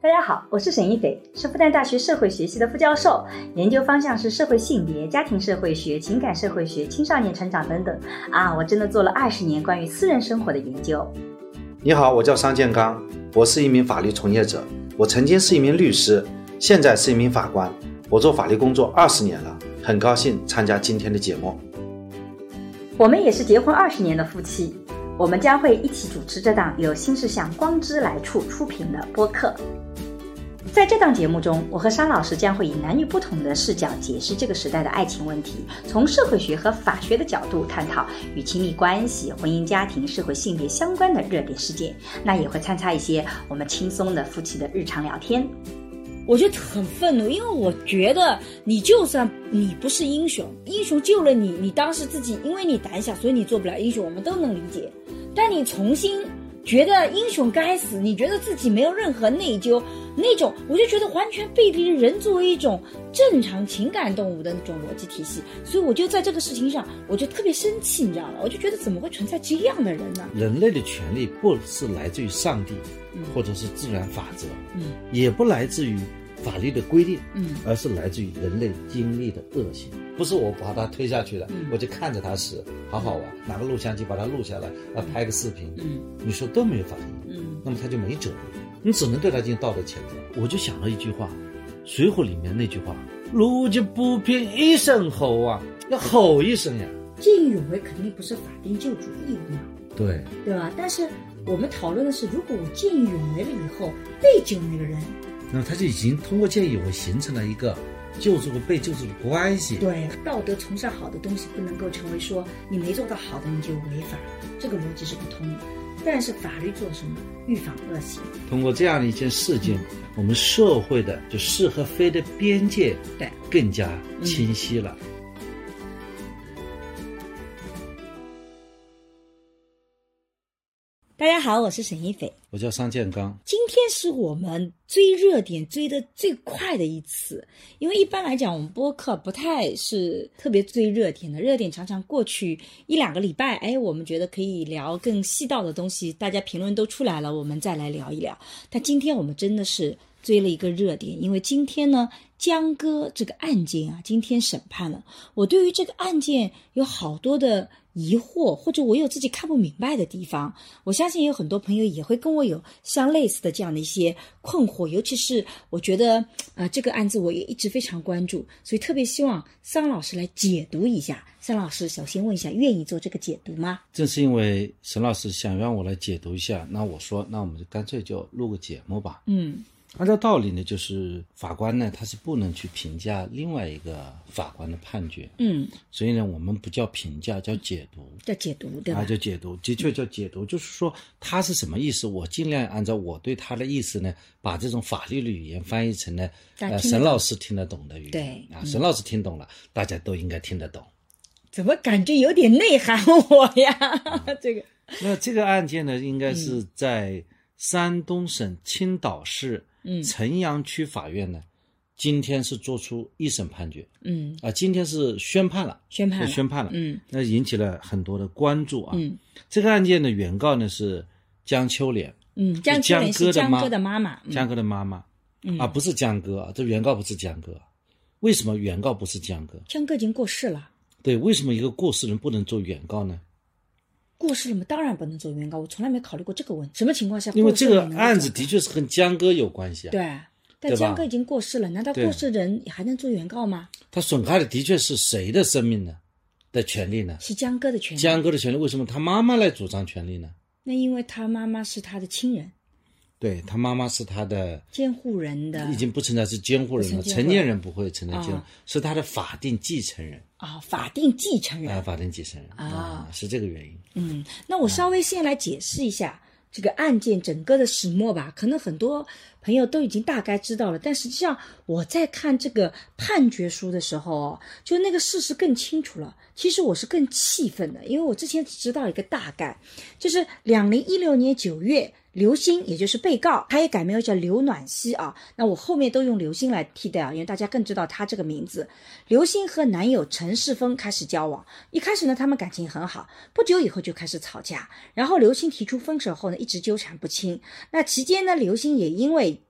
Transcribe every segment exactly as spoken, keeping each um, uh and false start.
大家好，我是沈一斐，是复旦大学社会学系的副教授，研究方向是社会性别、家庭社会学、情感社会学、青少年成长等等。啊，我真的做了二十年关于私人生活的研究。 你好，我叫商建刚，我是一名法律从业者，我曾经是一名律师，现在是一名法官，我做法律工作二十年了，很高兴参加今天的节目。 我们也是结婚二十年的夫妻，我们将会一起主持这档由新世相光之来处出品的播客。在这档节目中，我和商老师将会以男女不同的视角解释这个时代的爱情问题，从社会学和法学的角度探讨与亲密关系、婚姻家庭、社会性别相关的热点事件，那也会参差一些我们轻松的夫妻的日常聊天。 我就很愤怒，因为我觉得你就算你不是英雄，英雄救了你，你当时自己因为你胆小，所以你做不了英雄，我们都能理解。但你重新觉得英雄该死，你觉得自己没有任何内疚，那种我就觉得完全背离了人作为一种正常情感动物的那种逻辑体系。所以我就在这个事情上我就特别生气，你知道吗？我就觉得怎么会存在这样的人呢？ 人类的权利不是来自于上帝、嗯、或者是自然法则、嗯、也不来自于法律的规定、嗯、而是来自于人类经历的恶行。不是我把他推下去了、嗯、我就看着他死，好好玩，拿个录像机把他录下来、嗯、拍个视频、嗯、你说都没有法律、嗯、那么他就没辙，你只能对他进行道德谴责。我就想到一句话，水浒里面那句话，路见不平一声吼啊，要吼一声呀。 见义勇为肯定不是法定救助义务嘛， 对对吧？但是我们讨论的是，如果我见义勇为了以后被救那个人， 那么他就已经通过见义勇为形成了一个救助和被救助的关系。 对，道德崇尚好的东西不能够成为说你没做到好的你就违法，这个逻辑是不通的。但是法律做什么？预防恶行。通过这样的一件事件、嗯、我们社会的就是是和非的边界对更加清晰了、嗯。 大家好，我是沈一斐， 我叫商建刚。 今天是我们追热点追得最快的一次，因为一般来讲我们播客不太是特别追热点的，热点常常过去一两个礼拜，哎，我们觉得可以聊更细道的东西，大家评论都出来了，我们再来聊一聊。但今天我们真的是追了一个热点，因为今天呢江歌这个案件啊，今天审判了。我对于这个案件有好多的疑惑，或者我有自己看不明白的地方，我相信有很多朋友也会跟我有相类似的这样的一些困惑，尤其是我觉得呃，这个案子我也一直非常关注，所以特别希望桑老师来解读一下。桑老师首先问一下，愿意做这个解读吗？ 正是因为沈老师想让我来解读一下，那我说那我们就干脆就录个节目吧。嗯，按照道理呢，就是法官呢他是不能去评价另外一个法官的判决，嗯，所以呢我们不叫评价，叫解读， 叫解读，对吧？ 啊，叫解读，的确叫解读，就是说他是什么意思，我尽量按照我对他的意思呢，把这种法律的语言翻译成呢，呃，沈老师听得懂的语言， 对啊，沈老师听懂了、嗯，大家都应该听得懂。 怎么感觉有点内涵我呀？啊、这个， 那这个案件呢，应该是在山东省青岛市。嗯，城阳区法院呢，今天是作出一审判决，嗯啊，今天是宣判了， 宣判了， 宣判了， 嗯， 那引起了很多的关注啊。嗯，这个案件的原告呢是江秋莲， 嗯，江秋莲是江歌的妈妈， 江歌的妈妈，嗯啊，不是江歌啊，这原告不是江歌，为什么原告不是江歌？ 江歌已经过世了。 对，为什么一个过世人不能做原告呢？ 过世了嘛，当然不能做原告，我从来没考虑过这个问题。什么情况下？ 因为这个案子的确是跟江歌有关系啊。 对，但江歌已经过世了，难道过世人还能做原告吗？ 他损害的的确是谁的生命呢？的权利呢？ 是江歌的权利。 江歌的权利，为什么他妈妈来主张权利呢？ 那因为他妈妈是他的亲人。 对，他妈妈是他的监护人的， 已经不存在是监护人了，成年人不会承认监护人、哦、是他的法定继承人啊、哦，法定继承人啊，法定继承人啊、哦嗯，是这个原因。 嗯，那我稍微先来解释一下、啊、这个案件整个的始末吧，可能很多朋友都已经大概知道了，但实际上我在看这个判决书的时候，就那个事实更清楚了。其实我是更气愤的，因为我之前只知道一个大概，就是二零一六年九月。刘鑫也就是被告，他也改名叫刘暖曦啊，那我后面都用刘鑫来替代啊，因为大家更知道他这个名字。刘鑫和男友陈世峰开始交往，一开始呢他们感情很好，不久以后就开始吵架，然后刘鑫提出分手后呢一直纠缠不清。那期间呢刘鑫也因为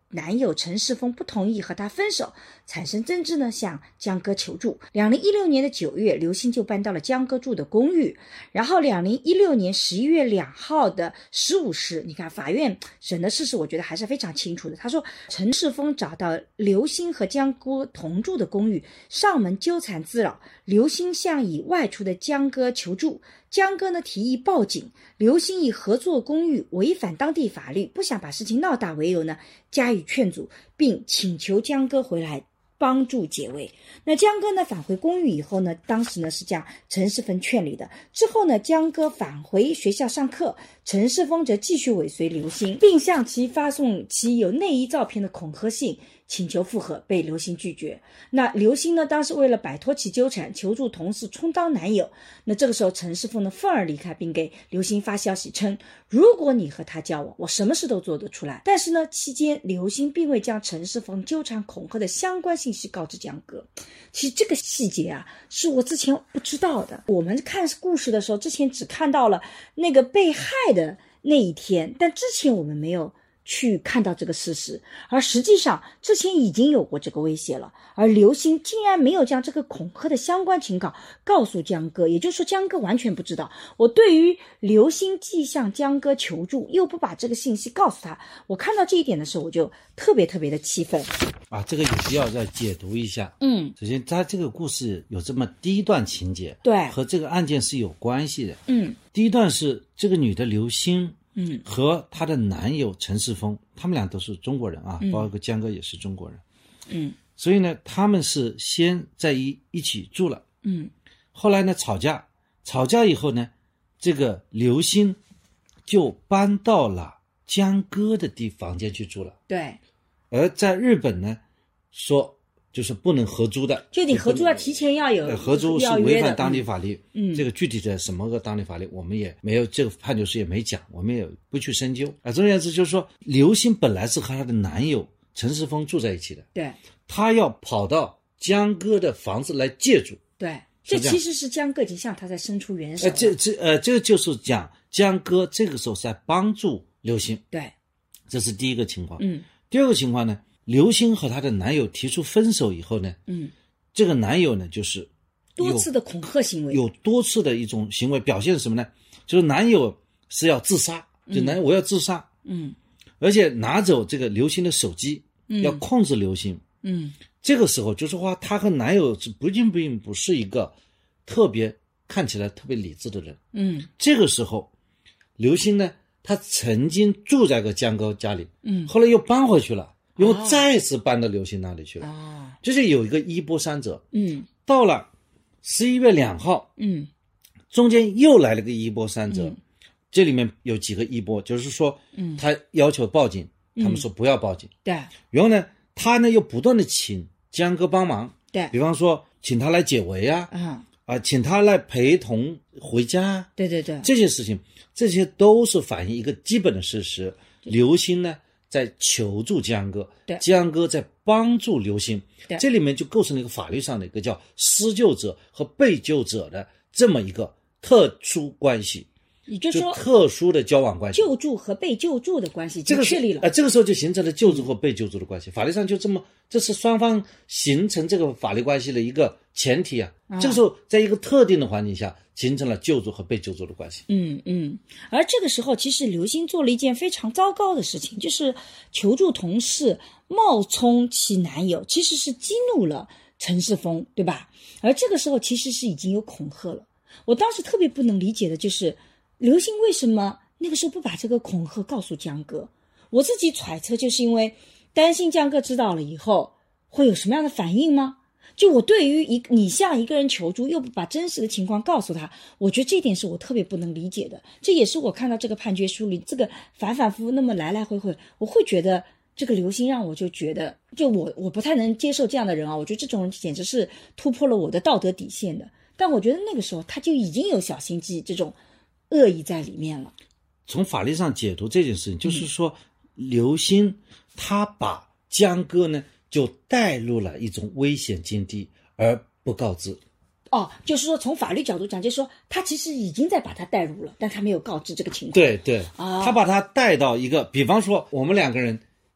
男友陈世峰不同意和她分手，产生争执呢，向江歌求助。两零一六年的九月，刘星就搬到了江歌住的公寓。然后两零一六年十一月两号的十五时，你看法院审的事实，我觉得还是非常清楚的。他说，陈世峰找到刘星和江歌同住的公寓，上门纠缠滋扰，刘星向已外出的江歌求助。江歌呢提议报警，刘星以合作公寓违反当地法律，不想把事情闹大为由呢，加以劝阻，并请求江歌回来帮助解围。那江歌呢返回公寓以后呢，当时呢是将陈世峰劝离的。之后呢，江歌返回学校上课，陈世峰则继续尾随刘星，并向其发送其有内衣照片的恐吓信，请求复合，被刘星拒绝。那刘星呢，当时为了摆脱其纠缠，求助同事充当男友。那这个时候陈世峰呢愤而离开，并给刘星发消息称，如果你和他交往，我什么事都做得出来。但是呢，期间刘星并未将陈世峰纠缠恐吓的相关信息告知江歌。其实这个细节啊，是我之前不知道的。我们看故事的时候，之前只看到了那个被害的那一天，但之前我们没有去看到这个事实，而实际上之前已经有过这个威胁了，而刘星竟然没有将这个恐吓的相关情况告诉江歌，也就是说江歌完全不知道。我对于刘星既向江歌求助，又不把这个信息告诉他，我看到这一点的时候，我就特别特别的气愤啊。这个有必要再解读一下。 嗯， 首先他这个故事有这么第一段情节， 对， 和这个案件是有关系的。 嗯， 第一段是这个女的刘星嗯， 和她的男友陈世峰，他们俩都是中国人啊， 嗯、 包括江歌也是中国人。 嗯， 所以呢，他们是先在一一起住了。 嗯， 后来呢吵架，吵架以后呢，这个刘星就搬到了江歌的地房间去住了。 对。 而在日本呢，说就是不能合租的， 就你合租要提前要有， 合租是违反当地法律。 嗯， 这个具体的什么个当地法律，我们也没有，这个判决书也没讲，我们也不去深究。啊，总而言之就是说，刘星本来是和她的男友陈世峰住在一起的， 对， 她要跑到江歌的房子来借住。 对，这其实是江歌已经向他在伸出援手。 呃，这这呃，这个就是讲江歌这个时候是在帮助刘星。 对， 这是第一个情况。 嗯， 第二个情况呢，刘星和她的男友提出分手以后呢， 嗯， 这个男友呢就是多次的恐吓行为， 有多次的一种行为表现是什么呢？就是男友是要自杀，就男友我要自杀， 嗯， 而且拿走这个刘星的手机， 嗯， 要控制刘星， 嗯， 这个时候就是说，她和男友不并并不是一个特别看起来特别理智的人， 嗯， 这个时候，刘星呢，她曾经住在个江歌家里， 嗯， 后来又搬回去了。又再次搬到刘星那里去了， 啊， 就是有一个一波三折， 嗯， 到了十一月两号， 嗯， 中间又来了个一波三折， 嗯， 这里面有几个一波，就是说， 嗯， 他要求报警， 嗯， 他们说不要报警， 对， 然后呢，他呢又不断的请江歌帮忙， 对， 比方说请他来解围啊， 啊， 啊，请他来陪同回家， 对对对， 这些事情，这些都是反映一个基本的事实，刘星呢在求助江歌， 对， 江歌在帮助刘星， 对， 这里面就构成了一个法律上的一个叫施救者和被救者的这么一个特殊关系， 也就是说就特殊的交往关系， 救助和被救助的关系这个确立了， 呃，这个时候就形成了救助和被救助的关系，嗯，法律上就这么，这是双方形成这个法律关系的一个前提啊。 啊这个时候，在一个特定的环境下，形成了救助和被救助的关系。 嗯嗯，而这个时候，其实刘星做了一件非常糟糕的事情，就是求助同事冒充其男友，其实是激怒了陈世峰，对吧？而这个时候其实是已经有恐吓了。我当时特别不能理解的就是刘星为什么那个时候不把这个恐吓告诉江歌。我自己揣测，就是因为担心江歌知道了以后会有什么样的反应吗？就我对于一你向一个人求助又不把真实的情况告诉他，我觉得这点是我特别不能理解的。这也是我看到这个判决书里这个反反复复那么来来回回，我会觉得这个刘星让我就觉得，就我我不太能接受这样的人啊，我觉得这种人简直是突破了我的道德底线的。但我觉得那个时候他就已经有小心机这种恶意在里面了。 从法律上解读这件事情，就是说，嗯，刘星他把江歌呢就带入了一种危险境地而不告知。 哦，就是说从法律角度讲，就是说他其实已经在把他带入了，但他没有告知这个情况。 对对， 啊， 他把他带到一个，比方说我们两个人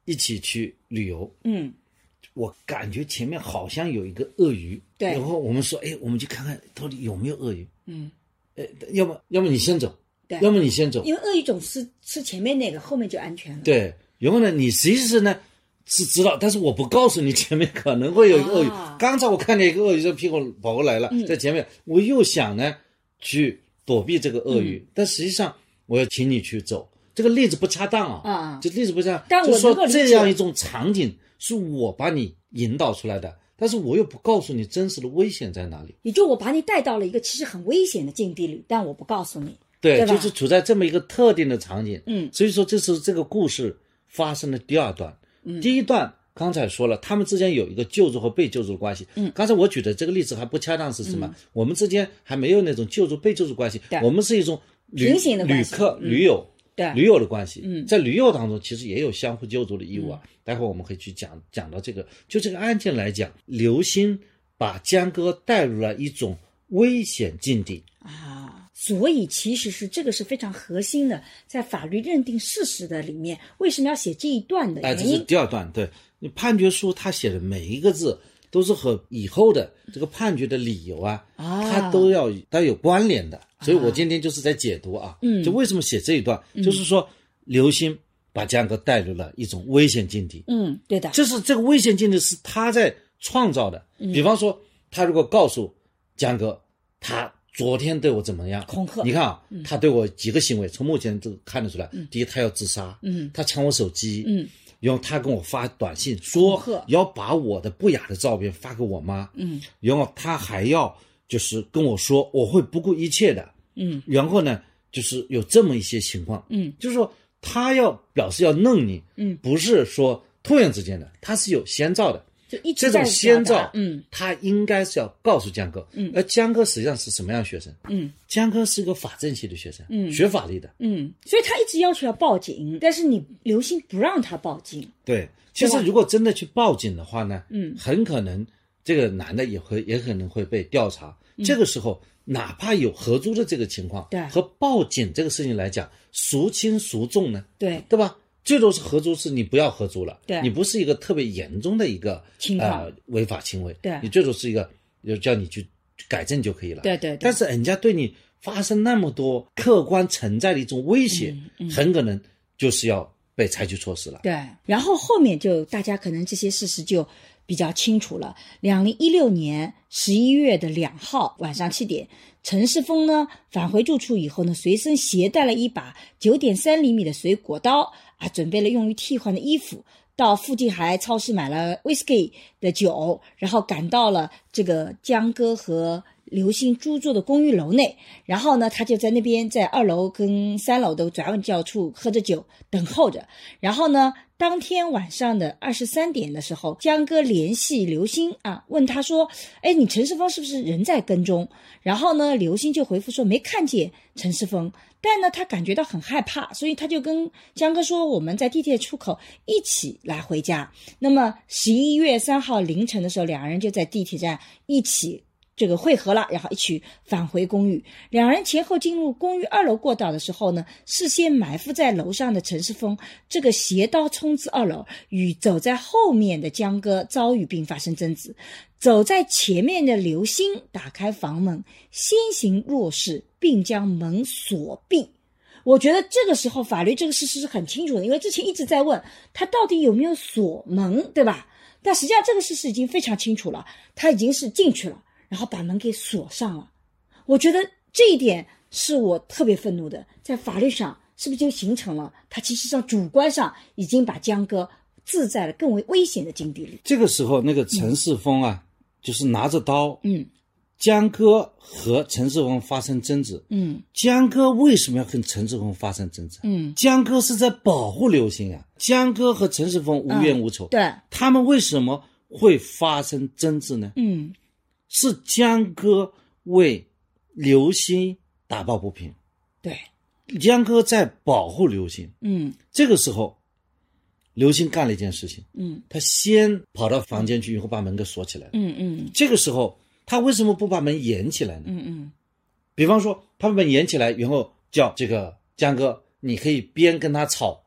一起去旅游， 嗯， 我感觉前面好像有一个鳄鱼， 对， 然后我们说，哎，我们去看看到底有没有鳄鱼， 嗯， 呃，要么要么你先走， 对， 要么你先走， 因为鳄鱼总是吃前面那个，后面就安全了。 对，然后呢，你其实呢是知道，但是我不告诉你前面可能会有一个鳄鱼。啊、刚才我看见一个鳄鱼，这屁股跑过来了，嗯、在前面，我又想呢去躲避这个鳄鱼，嗯、但实际上我要请你去走。这个例子不恰当啊，啊，这例子不恰当。 但我就说这样一种场景是我把你引导出来的，但是我又不告诉你真实的危险在哪里。 也就我把你带到了一个其实很危险的境地里，但我不告诉你。 对， 对就是处在这么一个特定的场景。 嗯， 所以说这是这个故事发生的第二段。嗯，第一段刚才说了，他们之间有一个救助和被救助的关系。 嗯， 刚才我举的这个例子还不恰当是什么？嗯、我们之间还没有那种救助被救助关系，我们是一种旅旅客、嗯、驴友。 对， 驴友的关系， 嗯， 在驴友当中其实也有相互救助的义务啊。嗯、待会儿我们可以去讲讲到这个。就这个案件来讲，刘星把江歌带入了一种危险境地啊，所以其实是这个是非常核心的，在法律认定事实的里面，为什么要写这一段的原因？ 哎，这是第二段。对，你判决书他写的每一个字都是和以后的这个判决的理由啊， 啊它都要都有关联的。所以我今天就是在解读啊， 嗯， 就为什么写这一段，嗯、就是说刘星把江歌带入了一种危险境地， 嗯，对的， 这是这个危险境地是他在创造的。嗯、比方说，他如果告诉江歌，他昨天对我怎么样， 恐吓， 你看啊，嗯、他对我几个行为，从目前都看得出来， 嗯、 第一，他要自杀， 嗯， 他抢我手机， 嗯， 然后他跟我发短信说要把我的不雅的照片发给我妈， 嗯， 然后他还要。就是跟我说我会不顾一切的， 嗯， 然后呢，就是有这么一些情况， 嗯， 就是说他要表示要弄你， 嗯， 不是说突然之间的，他是有先兆的， 就一直在这种先兆， 嗯， 他应该是要告诉江歌， 嗯， 而江歌实际上是什么样的学生？ 嗯， 江歌是个法政系的学生， 嗯， 学法律的， 嗯，所以他一直要求要报警，但是你刘星不让他报警， 对，其实如果真的去报警的话呢， 嗯， 很可能这个男的也会也可能会被调查。这个时候，哪怕有合租的这个情况， 对， 和报警这个事情来讲，孰轻孰重呢？ 对， 对吧？最多是合租，是你不要合租了， 对， 你不是一个特别严重的一个情况、 呃、违法行为， 对， 你最多是一个就叫你去改正就可以了， 对 对, 对。 但是人家对你发生那么多客观存在的一种威胁， 嗯嗯、 很可能就是要被采取措施了。 对，然后后面就大家可能这些事实就比较清楚了。二零一六年十一月的两号晚上七点，陈世峰呢返回住处以后呢，随身携带了一把九点三厘米的水果刀啊，准备了用于替换的衣服，到附近还超市买了 whisky 的酒，然后赶到了这个江歌和刘星租住的公寓楼内，然后呢，他就在那边在二楼跟三楼的转换教处喝着酒等候着。然后呢，当天晚上的二十三点的时候，江歌联系刘星啊，问他说：“哎，你陈世峰是不是人在跟踪？”然后呢，刘星就回复说没看见陈世峰，但呢，他感觉到很害怕，所以他就跟江歌说：“我们在地铁出口一起来回家。”那么十一月三号凌晨的时候，两人就在地铁站一起。这个汇合了，然后一起返回公寓。两人前后进入公寓二楼过道的时候呢，事先埋伏在楼上的陈世峰这个携刀冲至二楼，与走在后面的江歌遭遇并发生争执。走在前面的刘星打开房门，先行弱势，并将门锁闭。我觉得这个时候法律这个事实是很清楚的，因为之前一直在问他到底有没有锁门，对吧？但实际上这个事实已经非常清楚了，他已经是进去了，然后把门给锁上了。我觉得这一点是我特别愤怒的，在法律上是不是就形成了他其实上主观上已经把江歌置在了更为危险的境地里。 这个时候那个陈世峰啊、嗯、就是拿着刀， 嗯， 江歌和陈世峰发生争执， 嗯， 江歌为什么要跟陈世峰发生争执？ 嗯， 江歌是在保护刘星啊，江歌和陈世峰无冤无仇、 嗯、对， 他们为什么会发生争执呢？ 嗯， 是江歌为刘星打抱不平， 对， 江歌在保护刘星。 嗯， 这个时候刘星干了一件事情， 嗯， 他先跑到房间去，以后把门给锁起来了。 嗯嗯， 这个时候他为什么不把门掩起来呢？ 嗯嗯， 比方说他把门掩起来，然后叫这个江歌，你可以边跟他吵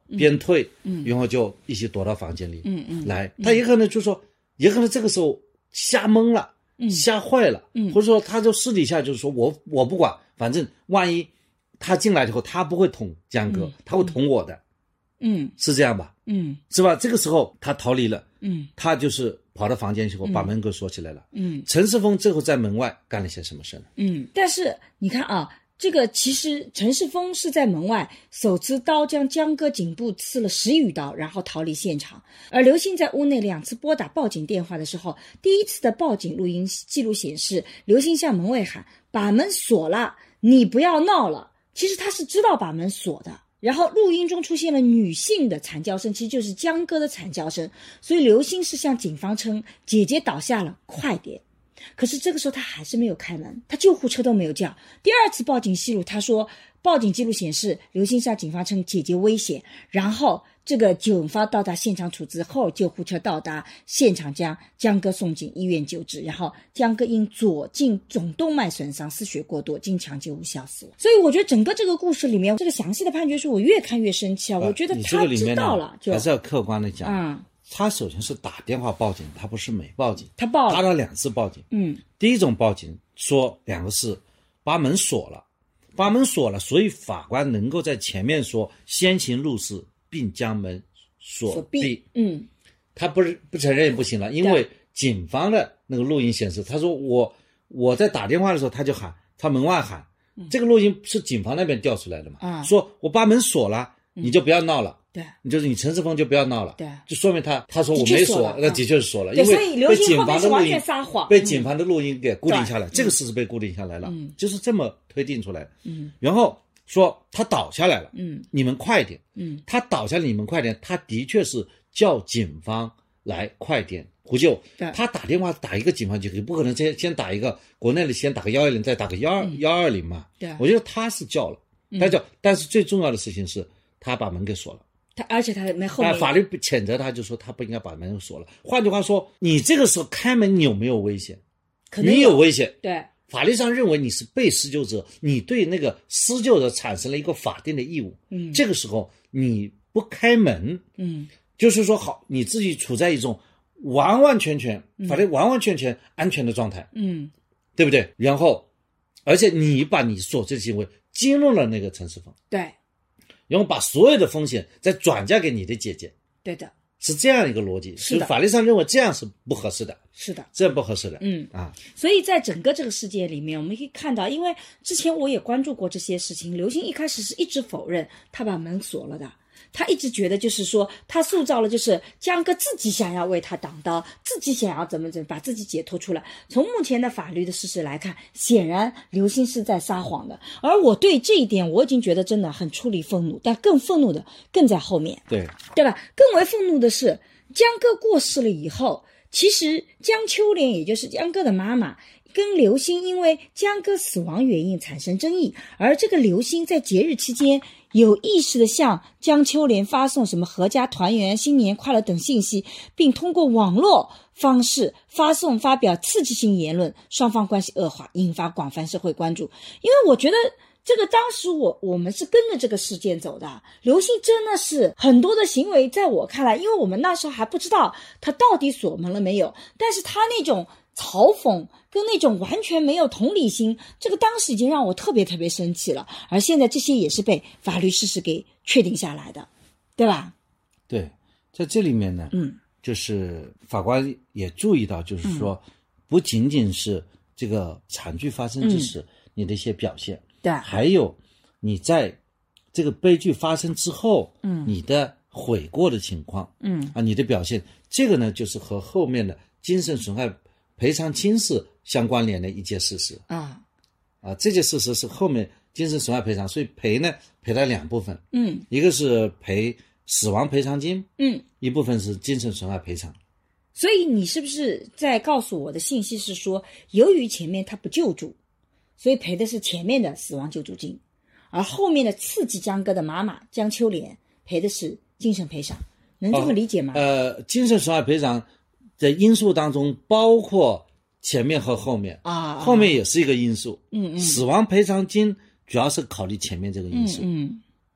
边退，嗯，然后就一起躲到房间里， 嗯嗯， 来，他也可能就说，也可能这个时候吓懵了，嗯，吓坏了，嗯，或者说他就私底下就是说我我不管，反正万一他进来以后，他不会捅江哥，嗯，他会捅我的，嗯，是这样吧？嗯，是吧？这个时候他逃离了，嗯，他就是跑到房间以后把门给锁起来了，嗯，陈世峰最后在门外干了些什么事呢？ 嗯，但是你看啊。这个其实陈世峰是在门外手持刀将江歌颈部刺了十余刀，然后逃离现场。而刘鑫在屋内两次拨打报警电话的时候，第一次的报警录音记录显示，刘鑫向门卫喊把门锁了，你不要闹了。其实他是知道把门锁的。然后录音中出现了女性的惨叫声，其实就是江歌的惨叫声，所以刘鑫是向警方称姐姐倒下了，快点。可是这个时候他还是没有开门，他救护车都没有叫。第二次报警记录他说，报警记录显示刘鑫向警方称姐姐危险，然后这个警方到达现场处置后，救护车到达现场将江歌送进医院救治，然后江歌因左颈总动脉损伤失血过多，经抢救无效死亡。所以我觉得整个这个故事里面，这个详细的判决书我越看越生气啊！我觉得他知道了， 就还是要客观的讲，嗯。他首先是打电话报警，他不是没报警， 他报了， 打了两次报警。嗯，第一种报警说两个是把门锁了，把门锁了，所以法官能够在前面说先行入室并将门锁闭。嗯，他不是不承认也不行了，因为警方的那个录音显示，他说我我在打电话的时候他就喊，他门外喊，嗯、这个录音是警方那边调出来的嘛？啊、嗯，说我把门锁了，你就不要闹了。对，你就是你陈世峰就不要闹了，对，就说明他他说我没锁，那的确是锁了，因为被警方的录音被警方的录音给固定下来，这个事实被固定下来了，嗯，就是这么推定出来的，嗯，然后说他倒下来了，嗯，你们快点，嗯，他倒下来你们快点，他的确是叫警方来快点呼救，他打电话打一个警方就可以，不可能先先打一个国内的先打个幺一零再打个幺二幺二零嘛，对，我觉得他是叫了，他叫，但是最重要的事情是他把门给锁了。 他而且他没后面、 啊、法律谴责他，就说他不应该把门锁了。换句话说，你这个时候开门，你有没有危险？ 可能有你有危险。 对， 法律上认为你是被施救者，你对那个施救者产生了一个法定的义务。嗯，这个时候你不开门，嗯，就是说好，你自己处在一种完完全全、嗯、法律完完全全安全的状态。嗯，对不对？然后，而且你把你所做的行为激怒了那个陈世峰。 对。 然后把所有的风险再转嫁给你的姐姐， 对的， 是这样一个逻辑，是法律上认为这样是不合适的， 是的， 这样不合适的， 嗯啊，所以在整个这个事件里面，我们可以看到，因为之前我也关注过这些事情，刘鑫一开始是一直否认他把门锁了的。他一直觉得就是说他塑造了就是江歌自己想要为他挡刀，自己想要怎么怎么把自己解脱出来。从目前的法律的事实来看，显然刘鑫是在撒谎的。而我对这一点我已经觉得真的很出离愤怒，但更愤怒的更在后面， 对对吧？更为愤怒的是江歌过世了以后，其实江秋莲也就是江歌的妈妈跟刘鑫因为江歌死亡原因产生争议，而这个刘鑫在节日期间有意识的向江秋莲发送什么阖家团圆、新年快乐等信息，并通过网络方式发送发表刺激性言论，双方关系恶化，引发广泛社会关注。因为我觉得这个当时我我们是跟着这个事件走的，刘鑫真的是很多的行为在我看来，因为我们那时候还不知道他到底锁门了没有，但是他那种嘲讽跟那种完全没有同理心，这个当时已经让我特别特别生气了，而现在这些也是被法律事实给确定下来的，对吧？ 对，在这里面呢，嗯，就是法官也注意到，就是说、嗯、不仅仅是这个惨剧发生之时、嗯、你的一些表现，对，还有你在这个悲剧发生之后，嗯，你的悔过的情况，嗯啊，你的表现，这个呢就是和后面的精神损害赔偿金是相关联的一件事实啊啊，这件事实是后面精神损害赔偿，所以赔呢赔了两部分，嗯，一个是赔死亡赔偿金，嗯，一部分是精神损害赔偿。 所以你是不是在告诉我的信息是说，由于前面他不救助，所以赔的是前面的死亡救助金，而后面的刺激江歌的妈妈江秋莲赔的是精神赔偿，能这么理解吗？ 哦、呃，精神损害赔偿在因素当中包括前面和后面啊，后面也是一个因素。嗯嗯，死亡赔偿金主要是考虑前面这个因素。嗯，嗯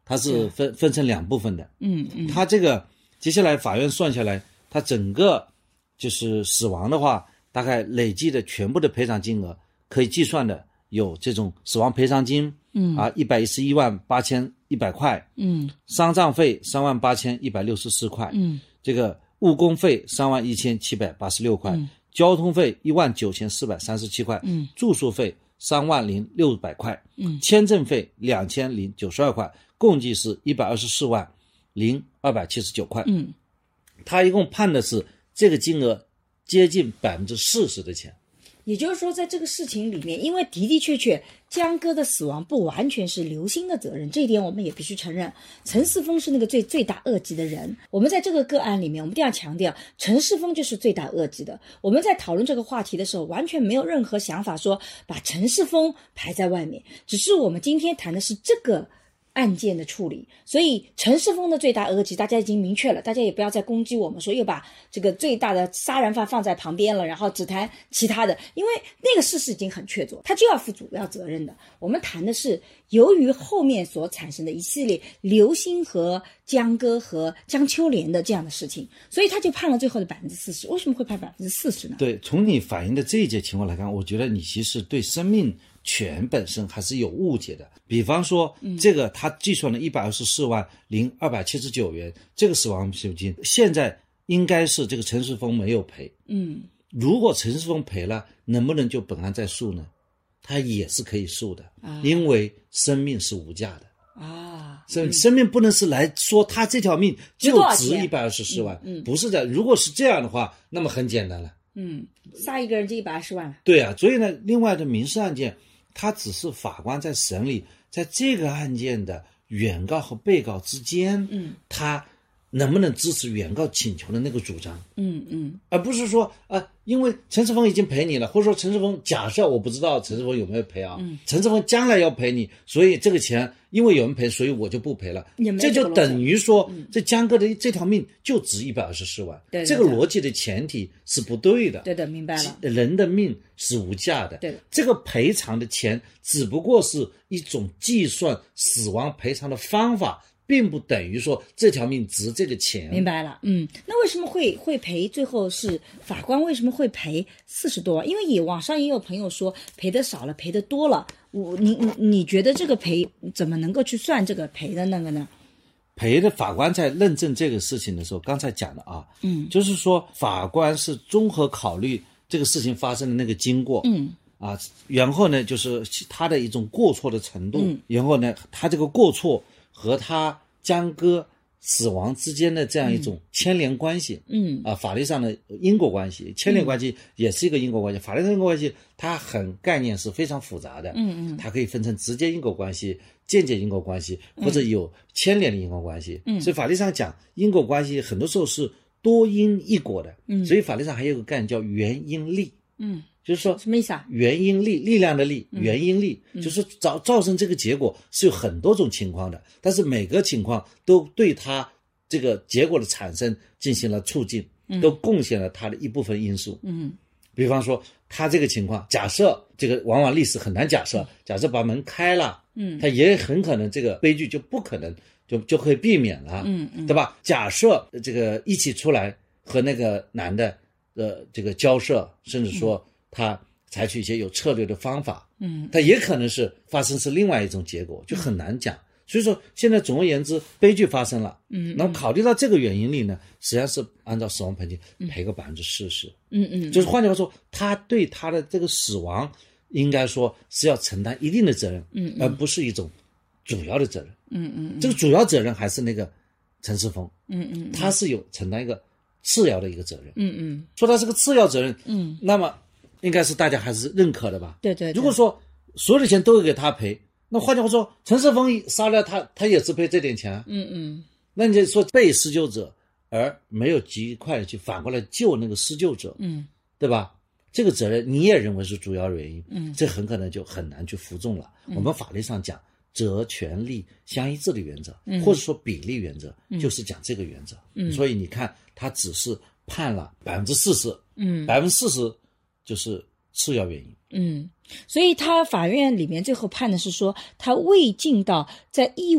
它是分分成两部分的。 嗯嗯， 它这个接下来法院算下来，它整个就是死亡的话，大概累计的全部的赔偿金额可以计算的有这种死亡赔偿金，嗯啊，一百一十一万八千一百块， 嗯， 丧葬费三万八千一百六十四块， 嗯， 这个误工费三万一千七百八十六块， 嗯， 交通费一万九千四百三十七块， 嗯， 住宿费三万零六百块， 嗯， 签证费两千零九十二块，共计是一百二十四万零二百七十九块， 嗯， 他一共判的是这个金额接近百分之四十的钱。 也就是说，在这个事情里面，因为的的确确江歌的死亡不完全是刘鑫的责任，这一点我们也必须承认。陈世峰是那个最罪大恶极的人，我们在这个个案里面，我们一定要强调，陈世峰就是罪大恶极的。我们在讨论这个话题的时候，完全没有任何想法说把陈世峰排在外面，只是我们今天谈的是这个案件的处理，所以陈世峰的罪大恶极大家已经明确了，大家也不要再攻击我们说又把这个最大的杀人犯放在旁边了，然后只谈其他的，因为那个事实已经很确凿，他就要负主要责任的。我们谈的是由于后面所产生的一系列刘鑫和江歌和江秋莲的这样的事情，所以他就判了最后的百分之四十。为什么会判百分之四十呢？ 对，从你反映的这一节情况来看，我觉得你其实对生命权本身还是有误解的。比方说，嗯、这个他计算了一百二十四万零二百七十九元，这个死亡赔金现在应该是这个陈世峰没有赔。 嗯， 如果陈世峰赔了，能不能就本案再诉呢？他也是可以诉的，啊、因为生命是无价的啊。 生生命不能是来说他这条命就值一百二十四万， 嗯嗯、 不是的。如果是这样的话，那么很简单了。 嗯，杀一个人就一百二十万了。 对啊，所以呢，另外的民事案件，它只是法官在审理在这个案件的原告和被告之间， 嗯， 他能不能支持原告请求的那个主张， 嗯嗯， 而不是说啊，因为陈世峰已经赔你了，或者说陈世峰假设我不知道陈世峰有没有赔啊， 嗯， 陈世峰将来要赔你，所以这个钱因为有人赔，所以我就不赔了，这就等于说、嗯、这江歌的这条命就值一百二十四万， 对， 这个逻辑的前提是不对的， 对的，明白了， 人的命是无价的， 对的， 这个赔偿的钱只不过是一种计算死亡赔偿的方法，并不等于说这条命值这个钱。 明白了，嗯，那为什么会会赔？最后是法官为什么会赔四十多万？因为也网上也有朋友说赔的少了，赔的多了。我你你你觉得这个赔怎么能够去算这个赔的那个呢？ 赔的法官在认证这个事情的时候，刚才讲的啊， 嗯， 就是说法官是综合考虑这个事情发生的那个经过， 嗯。 啊，然后呢，就是他的一种过错的程度， 嗯、 然后呢，他这个过错和他江歌死亡之间的这样一种牵连关系， 嗯， 啊，法律上的因果关系，牵连关系也是一个因果关系，嗯、法律上的因果关系它很概念是非常复杂的， 嗯嗯， 它可以分成直接因果关系、间接因果关系或者有牵连的因果关系， 嗯， 所以法律上讲因果关系很多时候是多因一果的， 嗯， 所以法律上还有个概念叫原因力， 嗯。 就是说什么意思啊？ 原因力，力量的力，原因力，嗯、就是造造成这个结果是有很多种情况的，但是每个情况都对它这个结果的产生进行了促进， 嗯、 都贡献了它的一部分因素。 嗯， 比方说他这个情况，假设这个往往历史很难假设，假设把门开了， 嗯， 他也很可能这个悲剧就不可能就就可以避免了， 嗯嗯， 对吧？假设这个一起出来和那个男的呃这个交涉，甚至说。嗯他采取一些有策略的方法， 嗯， 他也可能是发生是另外一种结果，就很难讲。所以说，现在总而言之，悲剧发生了， 嗯， 那么考虑到这个原因力呢，实际上是按照死亡赔金赔个百分之四十， 嗯嗯， 就是换句话说，他对他的这个死亡，应该说是要承担一定的责任， 嗯， 而不是一种主要的责任， 嗯嗯， 这个主要责任还是那个陈世峰， 嗯嗯， 他是有承担一个次要的一个责任， 嗯嗯， 说他是个次要责任， 嗯， 那么。应该是大家还是认可的吧？ 对 对, 对。 如果说所有的钱都给他赔，那换句话说，陈世峰杀了他，他也只赔这点钱啊。 嗯嗯。 那你就说被施救者而没有极快的去反过来救那个施救者， 嗯， 对吧？这个责任你也认为是主要原因， 嗯， 这很可能就很难去服众了。嗯、我们法律上讲责权利相一致的原则， 嗯、 或者说比例原则， 嗯、 就是讲这个原则。 嗯， 所以你看，他只是判了百分之四十， 嗯， 百分之四十。就是次要原因， 嗯，所以他法院里面最后判的是说，他未尽到在义务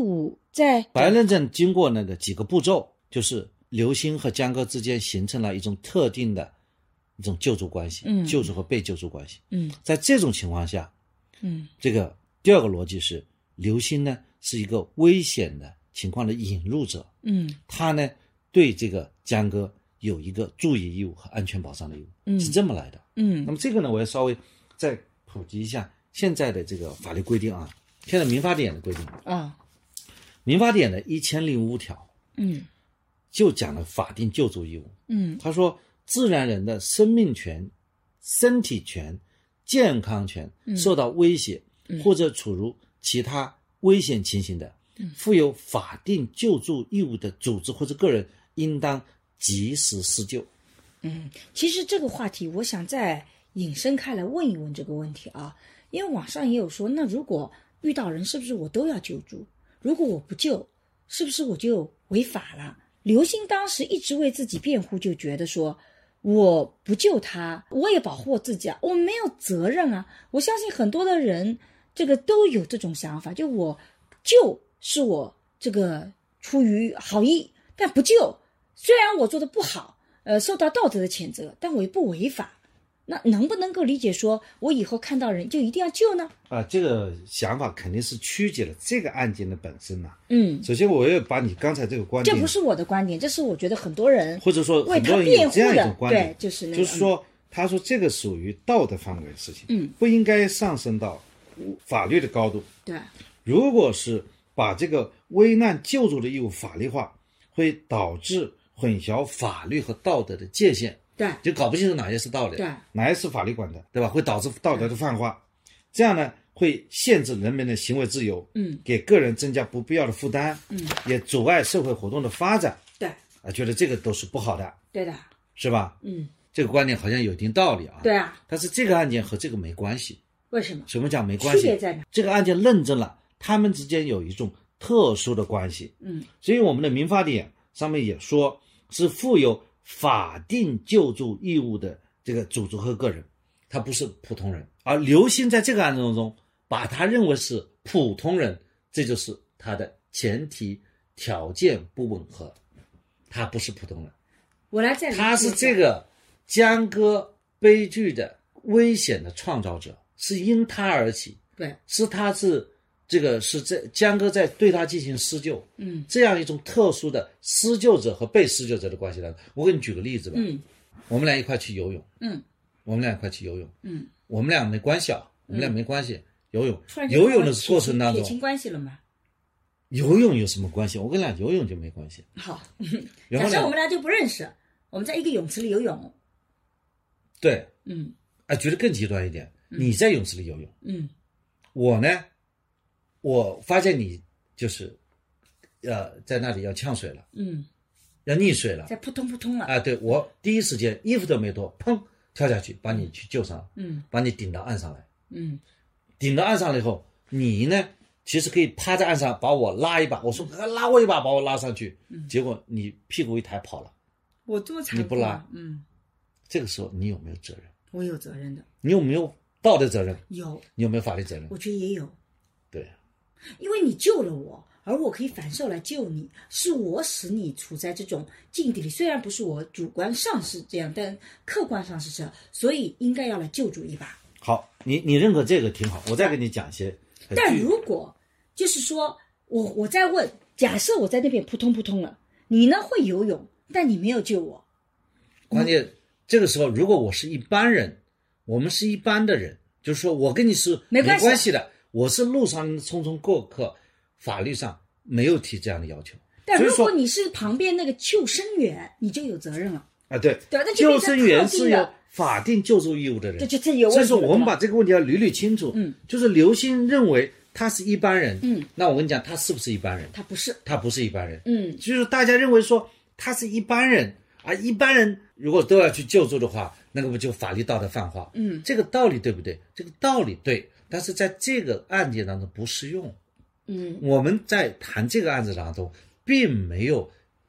在法院认证经过那个几个步骤，就是刘鑫和江歌之间形成了一种特定的一种救助关系， 嗯， 救助和被救助关系。 嗯， 在这种情况下， 嗯， 这个第二个逻辑是刘鑫呢是一个危险的情况的引入者， 嗯， 他呢对这个江歌有一个注意义务和安全保障的义务， 嗯， 是这么来的。 嗯， 那么这个呢，我要稍微再普及一下现在的这个法律规定啊，现在民法典的规定啊， 民法典的一千零五条， 嗯， 就讲了法定救助义务。 嗯， 他说，自然人的生命权、身体权、健康权受到威胁， 嗯、 或者处于其他危险情形的， 嗯、 负有法定救助义务的组织或者个人，应当及时施救。 嗯，其实这个话题，我想再引申开来问一问这个问题啊，因为网上也有说，那如果遇到人，是不是我都要救助？如果我不救，是不是我就违法了？刘鑫当时一直为自己辩护，就觉得说，我不救他，我也保护我自己啊，我没有责任啊。我相信很多的人，这个都有这种想法，就我救是我这个出于好意，但不救，虽然我做的不好，呃，受到道德的谴责，但我也不违法。那能不能够理解说，我以后看到人就一定要救呢？ 啊，这个想法肯定是曲解了这个案件的本身呐、啊。 嗯， 首先我要把你刚才这个观点， 这不是我的观点，这是我觉得很多人或者说为他辩护的， 这样一种观点， 对，就是那个， 就是说，他说这个属于道德范围的事情， 嗯， 不应该上升到法律的高度。 对， 如果是把这个危难救助的义务法律化，会导致混淆法律和道德的界限。 对， 就搞不清楚哪些是道德， 对， 哪些是法律管的，对吧？会导致道德的泛化，这样呢会限制人们的行为自由， 嗯， 给个人增加不必要的负担， 嗯， 也阻碍社会活动的发展， 对， 啊，觉得这个都是不好的， 对的， 是吧？ 嗯， 这个观点好像有一定道理啊， 对啊， 但是这个案件和这个没关系， 为什么？ 什么讲没关系？ 区别在哪？ 这个案件认证了他们之间有一种特殊的关系， 嗯， 所以我们的民法典上面也说是负有法定救助义务的这个组织和个人，他不是普通人。而刘鑫在这个案子中把他认为是普通人，这就是他的前提条件不吻合，他不是普通人。 我来再他是这个江歌悲剧的危险的创造者，是因他而起， 对， 是他是这个是在江歌在对他进行施救， 嗯， 这样一种特殊的施救者和被施救者的关系来。我给你举个例子吧， 嗯， 我们俩一块去游泳， 嗯， 我们俩一块去游泳， 嗯， 我们俩没关系啊，我们俩没关系，嗯、游泳， 突然游泳的过程当中， 撇清关系了吗？ 游泳有什么关系？我跟你俩游泳就没关系。 好， 假设我们俩就不认识，我们在一个泳池里游泳， 对， 嗯， 啊，觉得更极端一点，嗯、你在泳池里游泳， 嗯， 我呢？我发现你就是呃在那里要呛水了， 嗯， 要溺水了， 在扑通扑通了啊！对，我第一时间衣服都没脱，砰跳下去把你去救上， 嗯， 把你顶到岸上来， 嗯， 顶到岸上了以后，你呢其实可以趴在岸上把我拉一把，我说拉我一把把我拉上去，嗯，结果你屁股一抬跑了， 我这么残酷， 你不拉， 嗯， 这个时候你有没有责任？ 我有责任的。 你有没有道德责任？ 有。 你有没有法律责任？ 我觉得也有。 对。 因为你救了我，而我可以反手来救你，是我使你处在这种境地里，虽然不是我主观上是这样，但客观上是这样，所以应该要来救助一把。 好，你你认可这个挺好，我再给你讲一些。 但如果就是说我我在问，假设我在那边扑通扑通了，你呢会游泳，但你没有救我， 关键、嗯、这个时候如果我是一般人，我们是一般的人，就是说我跟你是没关系, 没关系的，我是路上匆匆过客，法律上没有提这样的要求。 但如果你是旁边那个救生员，你就有责任了啊。对， 对，那救生员是有法定救助义务的人， 这就这有问题了。 所以说我们把这个问题要捋捋清楚。 嗯， 就是刘鑫认为他是一般人， 嗯， 那我跟你讲，他是不是一般人？ 他不是， 他不是一般人。 嗯， 就是大家认为说他是一般人啊，一般人如果都要去救助的话，那个不就法律道德泛化？ 嗯， 这个道理对不对？这个道理对，但是在这个案件当中不适用。 嗯， 我们在谈这个案子当中，并没有把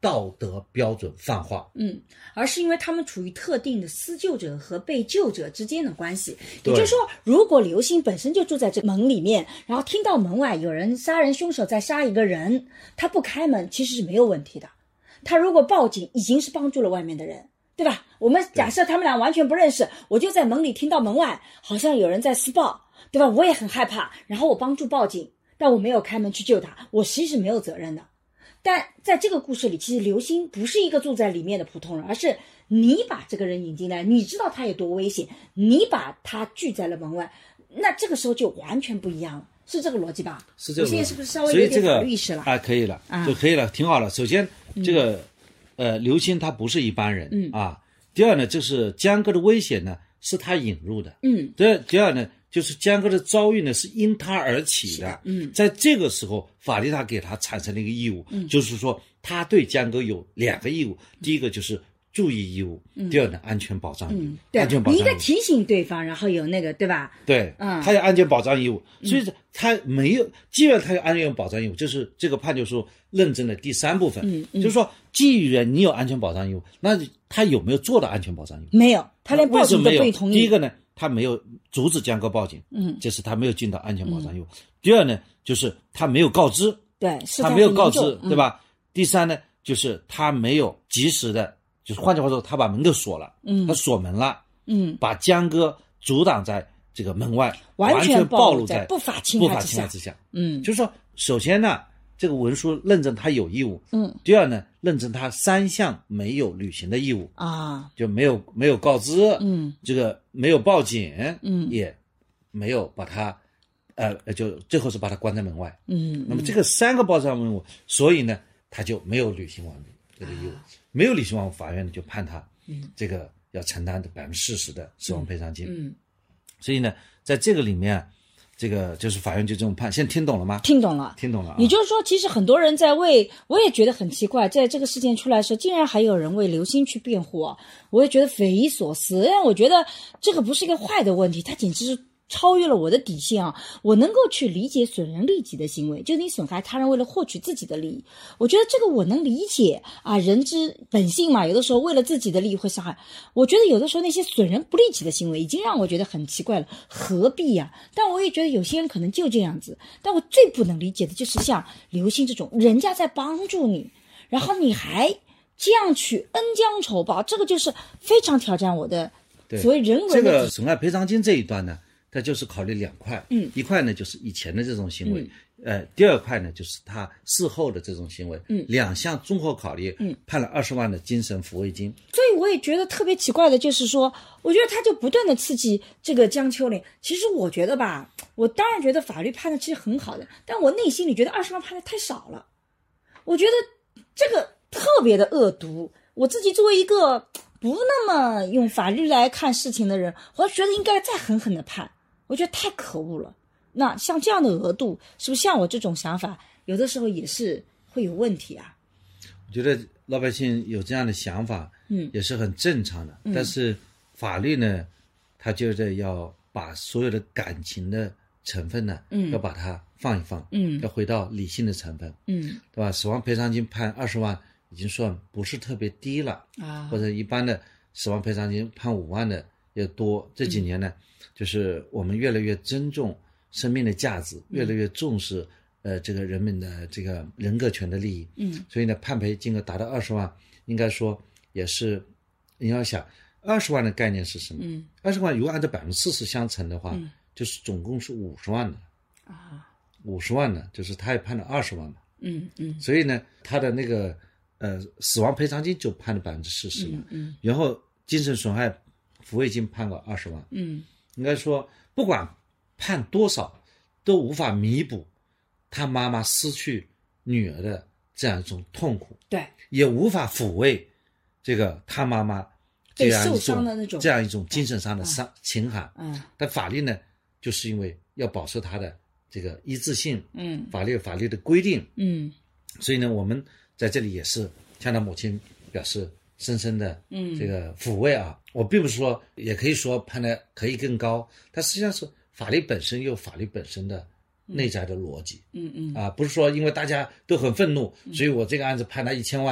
道德标准泛化， 嗯，而是因为他们处于特定的施救者和被救者之间的关系。也就是说，如果刘星本身就住在这门里面，然后听到门外有人杀人凶手在杀一个人，他不开门其实是没有问题的。他如果报警，已经是帮助了外面的人，对吧？我们假设他们俩完全不认识，我就在门里听到门外好像有人在施暴，对吧？我也很害怕，然后我帮助报警，但我没有开门去救他，我其实没有责任的。但在这个故事里，其实刘星不是一个住在里面的普通人，而是你把这个人引进来，你知道他有多危险，你把他拒在了门外，那这个时候就完全不一样了，是这个逻辑吧？ 是这个逻辑。 我现在是不是稍微有点法律意识了？ 啊，可以了，就可以了，挺好了。首先，这个、嗯、呃，刘星他不是一般人，嗯啊。第二呢，就是江歌的危险呢是他引入的，嗯。这第二呢，就是江歌的遭遇呢是因他而起的，嗯。在这个时候，法律他给他产生了一个义务，嗯，就是说他对江歌有两个义务，嗯、第一个就是注意义务，嗯、第二呢安全保障义务，嗯、 对， 安全保障义务。 你应该提醒对方，然后有那个对吧？ 对，嗯，他有安全保障义务，所以他没有，既然他有安全保障义务，就是这个判决书认证的第三部分，嗯，嗯就是说，既然你有安全保障义务，那他有没有做到安全保障义务？ 没有，他连报警都不同意。 第一个呢，他没有阻止江歌报警，嗯，这是他没有尽到安全保障义务。嗯、第二呢，就是他没有告知， 对， 他没有告知，嗯、对吧？第三呢，就是他没有及时的，就是换句话说，他把门给锁了，嗯，他锁门了，嗯，把江歌阻挡在这个门外， 完全暴露在不法侵害之下， 之下嗯，就是说，首先呢，这个文书认证他有义务， 嗯， 第二呢，认证他三项没有履行的义务啊， 就没有没有告知， 嗯， 这个没有报警， 嗯， 也没有把他，呃，就最后是把他关在门外， 嗯， 那么这个三个保障义务，所以呢，他就没有履行完这个义务，啊、没有履行完，法院就判他，嗯，这个要承担的百分之四十的死亡赔偿金， 嗯， 所以呢，在这个里面。这个就是法院就这么判，现在听懂了吗？ 听懂了， 听懂了、啊。 也就是说，其实很多人在为，我也觉得很奇怪，在这个事件出来的时候，竟然还有人为刘星去辩护啊！我也觉得匪夷所思。因为我觉得这个不是一个坏的问题，它简直是超越了我的底线啊！我能够去理解损人利己的行为，就是你损害他人为了获取自己的利益，我觉得这个我能理解啊，人之本性嘛，有的时候为了自己的利益会伤害。我觉得有的时候那些损人不利己的行为已经让我觉得很奇怪了，何必呀、啊？但我也觉得有些人可能就这样子。但我最不能理解的就是像刘星这种，人家在帮助你，然后你还这样去恩将仇报，这个就是非常挑战我的所谓人文的。 这个损害赔偿金这一段呢，它就是考虑两块，嗯，一块呢就是以前的这种行为，嗯、呃，第二块呢就是他事后的这种行为，嗯，两项综合考虑，嗯，判了二十万的精神抚慰金。 所以我也觉得特别奇怪的就是说，我觉得他就不断的刺激这个江秋玲。其实我觉得吧，我当然觉得法律判的其实很好的，但我内心里觉得二十万判的太少了，我觉得这个特别的恶毒。我自己作为一个不那么用法律来看事情的人，我觉得应该再狠狠的判。我觉得太可恶了。那像这样的额度，是不是像我这种想法，有的时候也是会有问题啊？ 我觉得老百姓有这样的想法，嗯，也是很正常的。嗯、但是法律呢，它就是要把所有的感情的成分呢，嗯，要把它放一放，嗯，要回到理性的成分，嗯，对吧？死亡赔偿金判二十万，已经算不是特别低了啊，或者一般的死亡赔偿金判五万的也多。这几年呢。嗯就是我们越来越尊重生命的价值，越来越重视呃这个人们的这个人格权的利益。嗯，所以呢，判赔金额达到二十万，应该说也是你要想二十万的概念是什么？嗯，二十万如果按照百分之四十相乘的话，嗯、就是总共是五十万的啊，五十万呢，就是他也判了二十万嘛。嗯嗯，所以呢，他的那个呃死亡赔偿金就判了百分之四十嘛。嗯，嗯然后精神损害抚慰金判了二十万。嗯。应该说不管判多少都无法弥补他妈妈失去女儿的这样一种痛苦， 对， 也无法抚慰这个他妈妈这样一种的那种这样一种精神上的伤、嗯、情感。嗯，但法律呢就是因为要保持它的这个一致性，嗯，法律法律的规定，嗯，所以呢我们在这里也是向他母亲表示深深的这个抚慰啊、嗯、我并不是说也可以说判的可以更高，但实际上是法律本身有法律本身的内在的逻辑，嗯嗯啊，不是说因为大家都很愤怒，所以我这个案子判他一千万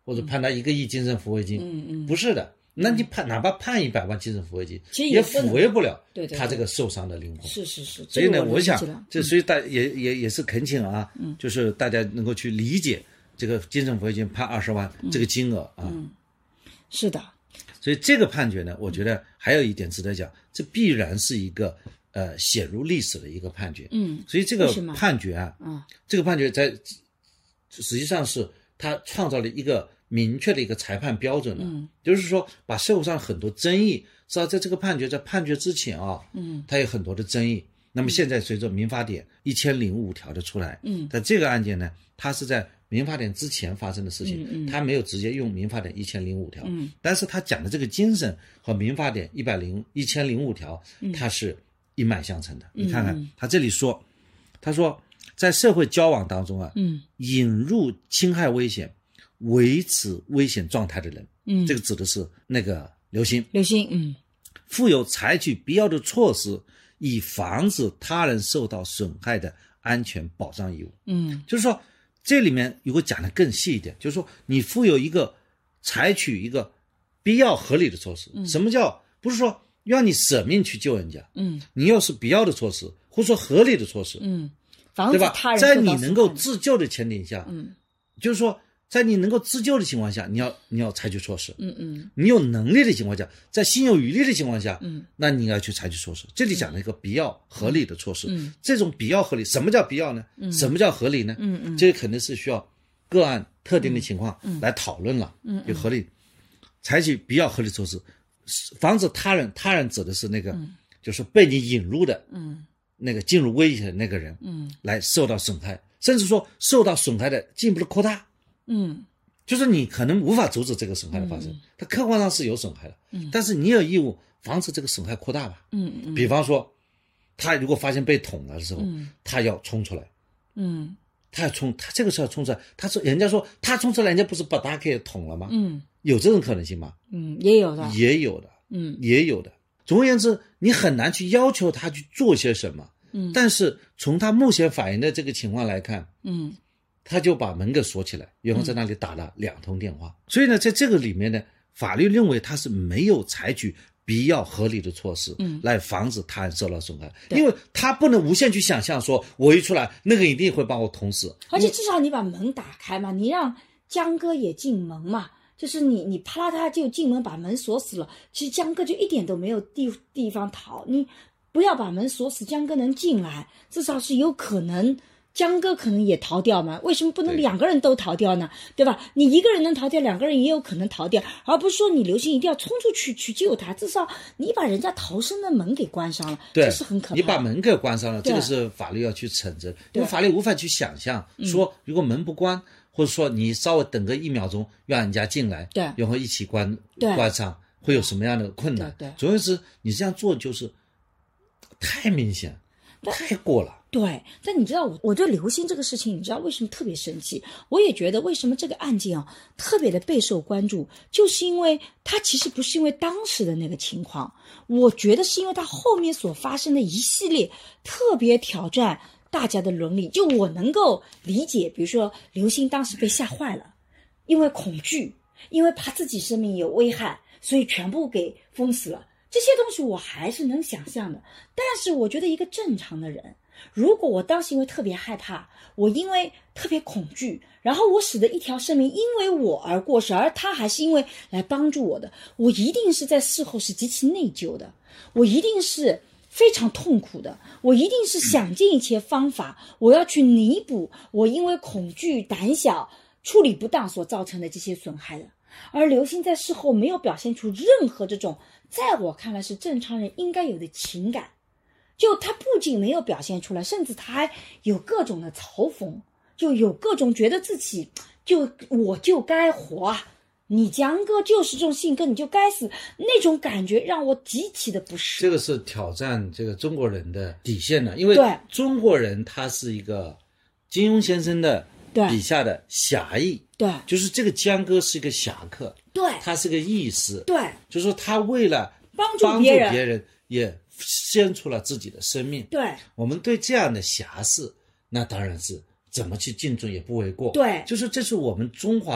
或者判他一个亿精神抚慰金， 嗯嗯， 不是的。那你判哪怕判一百万精神抚慰金， 其实也抚慰不了对对他这个受伤的灵魂。 是是是。 所以呢， 我我想，这所以大也也也是恳请啊，嗯，就是大家能够去理解这个精神抚慰金判二十万这个金额啊。 嗯，是的。 所以这个判决呢，我觉得还有一点值得讲，这必然是一个呃写入历史的一个判决。 嗯， 所以这个判决啊， 嗯， 这个判决在实际上是它创造了一个明确的一个裁判标准了， 嗯， 就是说把社会上很多争议，知道在这个判决在判决之前啊， 嗯， 它有很多的争议。那么现在随着民法典一千零五条的出来， 嗯， 但这个案件呢，它是在民法典之前发生的事情， 嗯嗯， 它没有直接用民法典一千零五条， 嗯， 但是它讲的这个精神和民法典一百零一千零五条，它是一脉相承的。 嗯、 你看看他这里说，他说在社会交往当中啊， 嗯， 引入侵害危险、维持危险状态的人， 嗯， 这个指的是那个刘鑫， 刘鑫，嗯， 负有采取必要的措施，以防止他人受到损害的安全保障义务。 嗯， 就是说这里面如果讲得更细一点，就是说你负有一个采取一个必要合理的措施。 嗯， 什么叫不是说让你舍命去救人家？ 嗯， 你要是必要的措施，或者说合理的措施， 嗯，防止他人对吧？在你能够自救的前提下， 嗯， 就是说在你能够自救的情况下，你要你要采取措施。 嗯嗯， 你有能力的情况下，在心有余力的情况下， 嗯， 那你要去采取措施。这里讲了一个必要合理的措施。 嗯， 这种必要合理，什么叫必要呢？ 嗯， 什么叫合理呢？ 嗯嗯， 这肯定是需要个案特定的情况来讨论了。 嗯， 有合理，采取必要合理措施，防止他人，他人指的是那个， 嗯， 就是被你引入的， 嗯， 那个进入危险的那个人， 嗯， 来受到损害，甚至说受到损害的进一步的扩大。 嗯。 就是你可能无法阻止这个损害的发生，它客观上是有损害的， 嗯， 但是你有义务防止这个损害扩大吧， 嗯嗯， 比方说，他如果发现被捅了的时候， 嗯， 他要冲出来， 嗯， 他要冲，他这个时候要冲出来，他说人家说他冲出来，人家不是把他给捅了吗？ 嗯， 有这种可能性吗？ 嗯，也有的， 也有的， 嗯， 也有的。总而言之，你很难去要求他去做些什么， 嗯， 但是从他目前反映的这个情况来看， 嗯。 他就把门给锁起来，然后在那里打了两通电话。嗯，所以呢，在这个里面呢，法律认为他是没有采取必要合理的措施， 嗯， 来防止他人受到损害，因为他不能无限去想象说，我一出来，那个一定会把我捅死。 而且至少你把门打开嘛，你让江哥也进门嘛，就是你你啪啦他就进门把门锁死了，其实江哥就一点都没有地地方逃。你不要把门锁死，江哥能进来，至少是有可能。江哥可能也逃掉嘛？为什么不能两个人都逃掉呢？ 对, 对吧？你一个人能逃掉，两个人也有可能逃掉，而不是说你刘鑫一定要冲出去去救他。至少你把人家逃生的门给关上了， 对， 这是很可怕的。 你把门给关上了，这个是法律要去惩责，因为法律无法去想象说，如果门不关，嗯，或者说你稍微等个一秒钟让人家进来， 对， 然后一起关关上，会有什么样的困难？ 对，对， 总而言之，你这样做就是太明显。太过了， 对。但你知道我我对刘鑫这个事情，你知道为什么特别生气？我也觉得为什么这个案件啊特别的备受关注，就是因为他其实不是因为当时的那个情况，我觉得是因为他后面所发生的一系列特别挑战大家的伦理。就我能够理解，比如说刘鑫当时被吓坏了，因为恐惧，因为怕自己生命有危害，所以全部给封死了。这些东西我还是能想象的，但是我觉得一个正常的人，如果我当时因为特别害怕，我因为特别恐惧，然后我使得一条生命因为我而过世，而他还是因为来帮助我的，我一定是在事后是极其内疚的，我一定是非常痛苦的，我一定是想尽一切方法，我要去弥补我因为恐惧、胆小、处理不当所造成的这些损害的。而刘鑫在事后没有表现出任何这种在我看来是正常人应该有的情感，就他不仅没有表现出来，甚至他还有各种的嘲讽，就有各种觉得自己就我就该活啊，你江哥就是这种性格，你就该死，那种感觉让我极其的不适。 这个是挑战这个中国人的底线的，因为中国人他是一个金庸先生的笔下的侠义， 对， 就是这个江哥是一个侠客， 对， 他是个义士， 对， 就是说他为了帮助别人， 帮助别人也献出了自己的生命。 对， 我们对这样的侠士，那当然是怎么去敬重也不为过。 对， 就是这是我们中华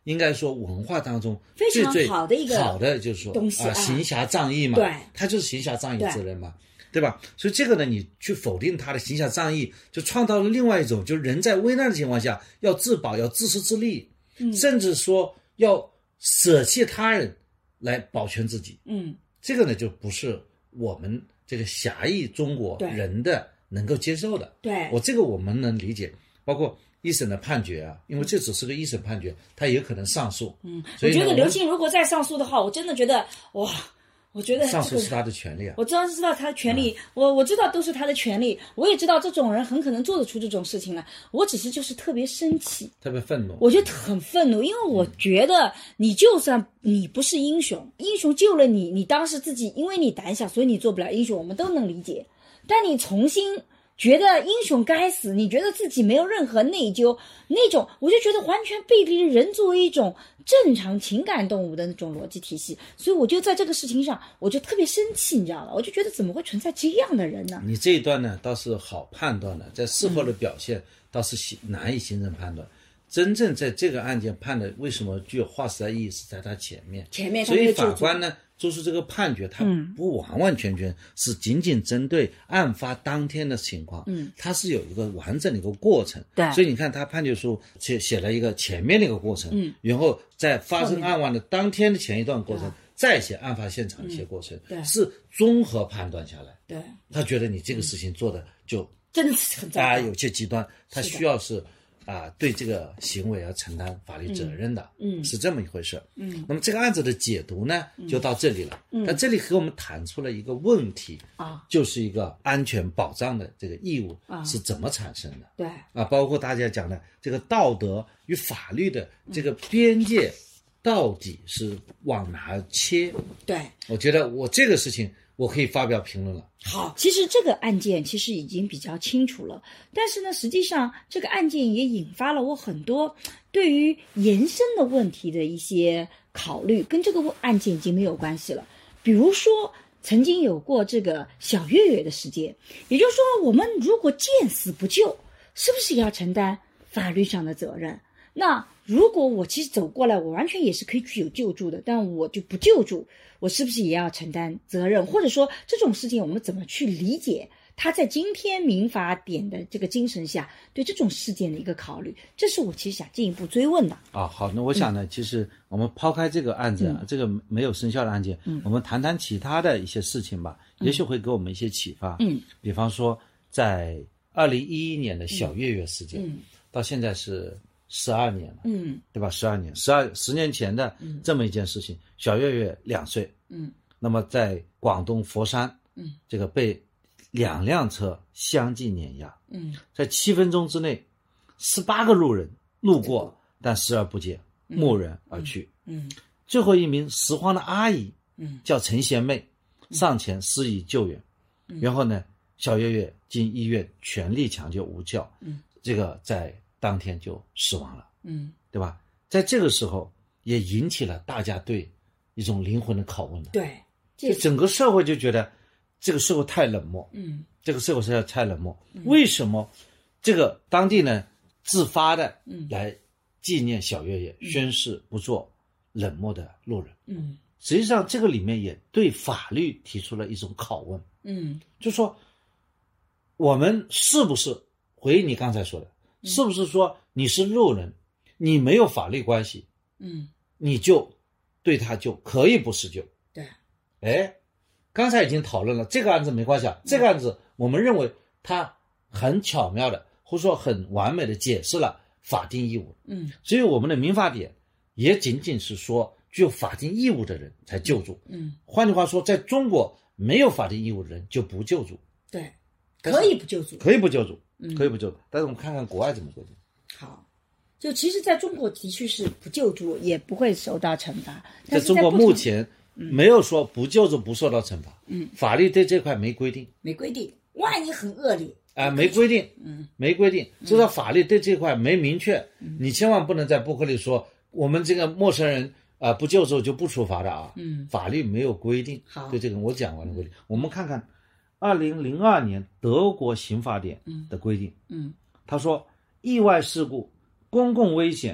应该说文化当中非常最好的一个好的就是说东西啊，行侠仗义嘛， 对， 他就是行侠仗义之人嘛，对吧？所以这个呢，你去否定他的行侠仗义，就创造了另外一种，就是人在危难的情况下要自保，要自食自力，嗯，甚至说要舍弃他人来保全自己，嗯，这个呢就不是我们这个狭义中国人的能够接受的。 对， 我这个我们能理解，包括一审的判决啊，因为这只是个一审判决，他也可能上诉。 嗯，我觉得刘庆如果再上诉的话，我真的觉得哇。我觉得、这个、 上诉是他的权利啊， 我知道知道他的权利，嗯、我我知道都是他的权利，我也知道这种人很可能做得出这种事情来，我只是就是特别生气， 特别愤怒， 我就很愤怒，因为我觉得你就算你不是英雄，英雄救了你，你当时自己因为你胆小，所以你做不了英雄，我们都能理解，但你重新觉得英雄该死，你觉得自己没有任何内疚，那种我就觉得完全背离了人作为一种正常情感动物的那种逻辑体系，所以我就在这个事情上我就特别生气，你知道吗？我就觉得怎么会存在这样的人呢？ 你这一段呢倒是好判断的，在事后的表现倒是难以形成判断、嗯、真正在这个案件判的为什么具有划时代意义是在他前面， 前面所以法官呢做出这个判决，他不完完全全是仅仅针对案发当天的情况，嗯，他是有一个完整的一个过程， 对， 所以你看他判决书写写了一个前面的一个过程，嗯，然后在发生案件的当天的前一段过程，再写案发现场的一些过程，嗯、对，是综合判断下来， 对， 他觉得你这个事情做的就真的是很糟糕， 啊有些极端，他需要是。啊，对这个行为要承担法律责任的，嗯，是这么一回事，嗯，那么这个案子的解读呢，就到这里了，嗯，但这里和我们谈出了一个问题啊，就是一个安全保障的这个义务是怎么产生的， 对， 啊，包括大家讲的这个道德与法律的这个边界到底是往哪切？ 对， 我觉得我这个事情我可以发表评论了。 好，其实这个案件其实已经比较清楚了，但是呢，实际上这个案件也引发了我很多对于延伸的问题的一些考虑，跟这个案件已经没有关系了。比如说，曾经有过这个小月月的事件，也就是说，我们如果见死不救，是不是也要承担法律上的责任？那如果我其实走过来，我完全也是可以去有救助的，但我就不救助，我是不是也要承担责任？或者说这种事情我们怎么去理解他在今天民法典的这个精神下对这种事件的一个考虑？这是我其实想进一步追问的。 啊，好，那我想呢、嗯、其实我们抛开这个案子、啊嗯、这个没有生效的案件、嗯、我们谈谈其他的一些事情吧、嗯、也许会给我们一些启发。嗯，比方说在二零一一年的小月月事件、嗯、到现在是十二年了，嗯，对吧？十二年，十二十年前的这么一件事情，嗯、小月月两岁，嗯，那么在广东佛山，嗯，这个被两辆车相继碾压，嗯，在七分钟之内，十八个路人路过，但视而不见，蓦然而去，嗯，嗯最后一名拾荒的阿姨，嗯，叫陈贤妹，上前施以救援，嗯、然后呢，小月月经医院全力抢救无效，嗯，这个在。当天就死亡了，嗯，对吧？在这个时候也引起了大家对一种灵魂的拷问了。 对， 就整个社会就觉得这个社会太冷漠，嗯，这个社会实在太冷漠。嗯、为什么这个当地呢自发的来纪念小月月，嗯、宣誓不做冷漠的路人？嗯，实际上这个里面也对法律提出了一种拷问。嗯，就说我们是不是回应你刚才说的？是不是说你是路人，你没有法律关系，嗯，你就对他就可以不施救？ 对， 哎，刚才已经讨论了这个案子没关系啊，嗯、这个案子我们认为它很巧妙的或者说很完美的解释了法定义务，嗯，所以我们的民法典也仅仅是说具有法定义务的人才救助，嗯，换句话说，在中国没有法定义务的人就不救助， 对，可以不救助， 可以不救助。可以不救助，但是我们看看国外怎么规定。 好，就其实在中国的确是不救助也不会受到惩罚， 在中国目前没有说不救助不受到惩罚，嗯，法律对这块没规定， 没规定，万一很恶劣啊、呃，没规定，嗯，没规定，至少法律对这块没明确，嗯、你千万不能在博客里说我们这个陌生人啊、呃、不救助就不处罚的啊，嗯，法律没有规定， 好， 对这个我讲完了规定，我们看看。二零零二年德国刑法典的规定，嗯，他说意外事故、公共危险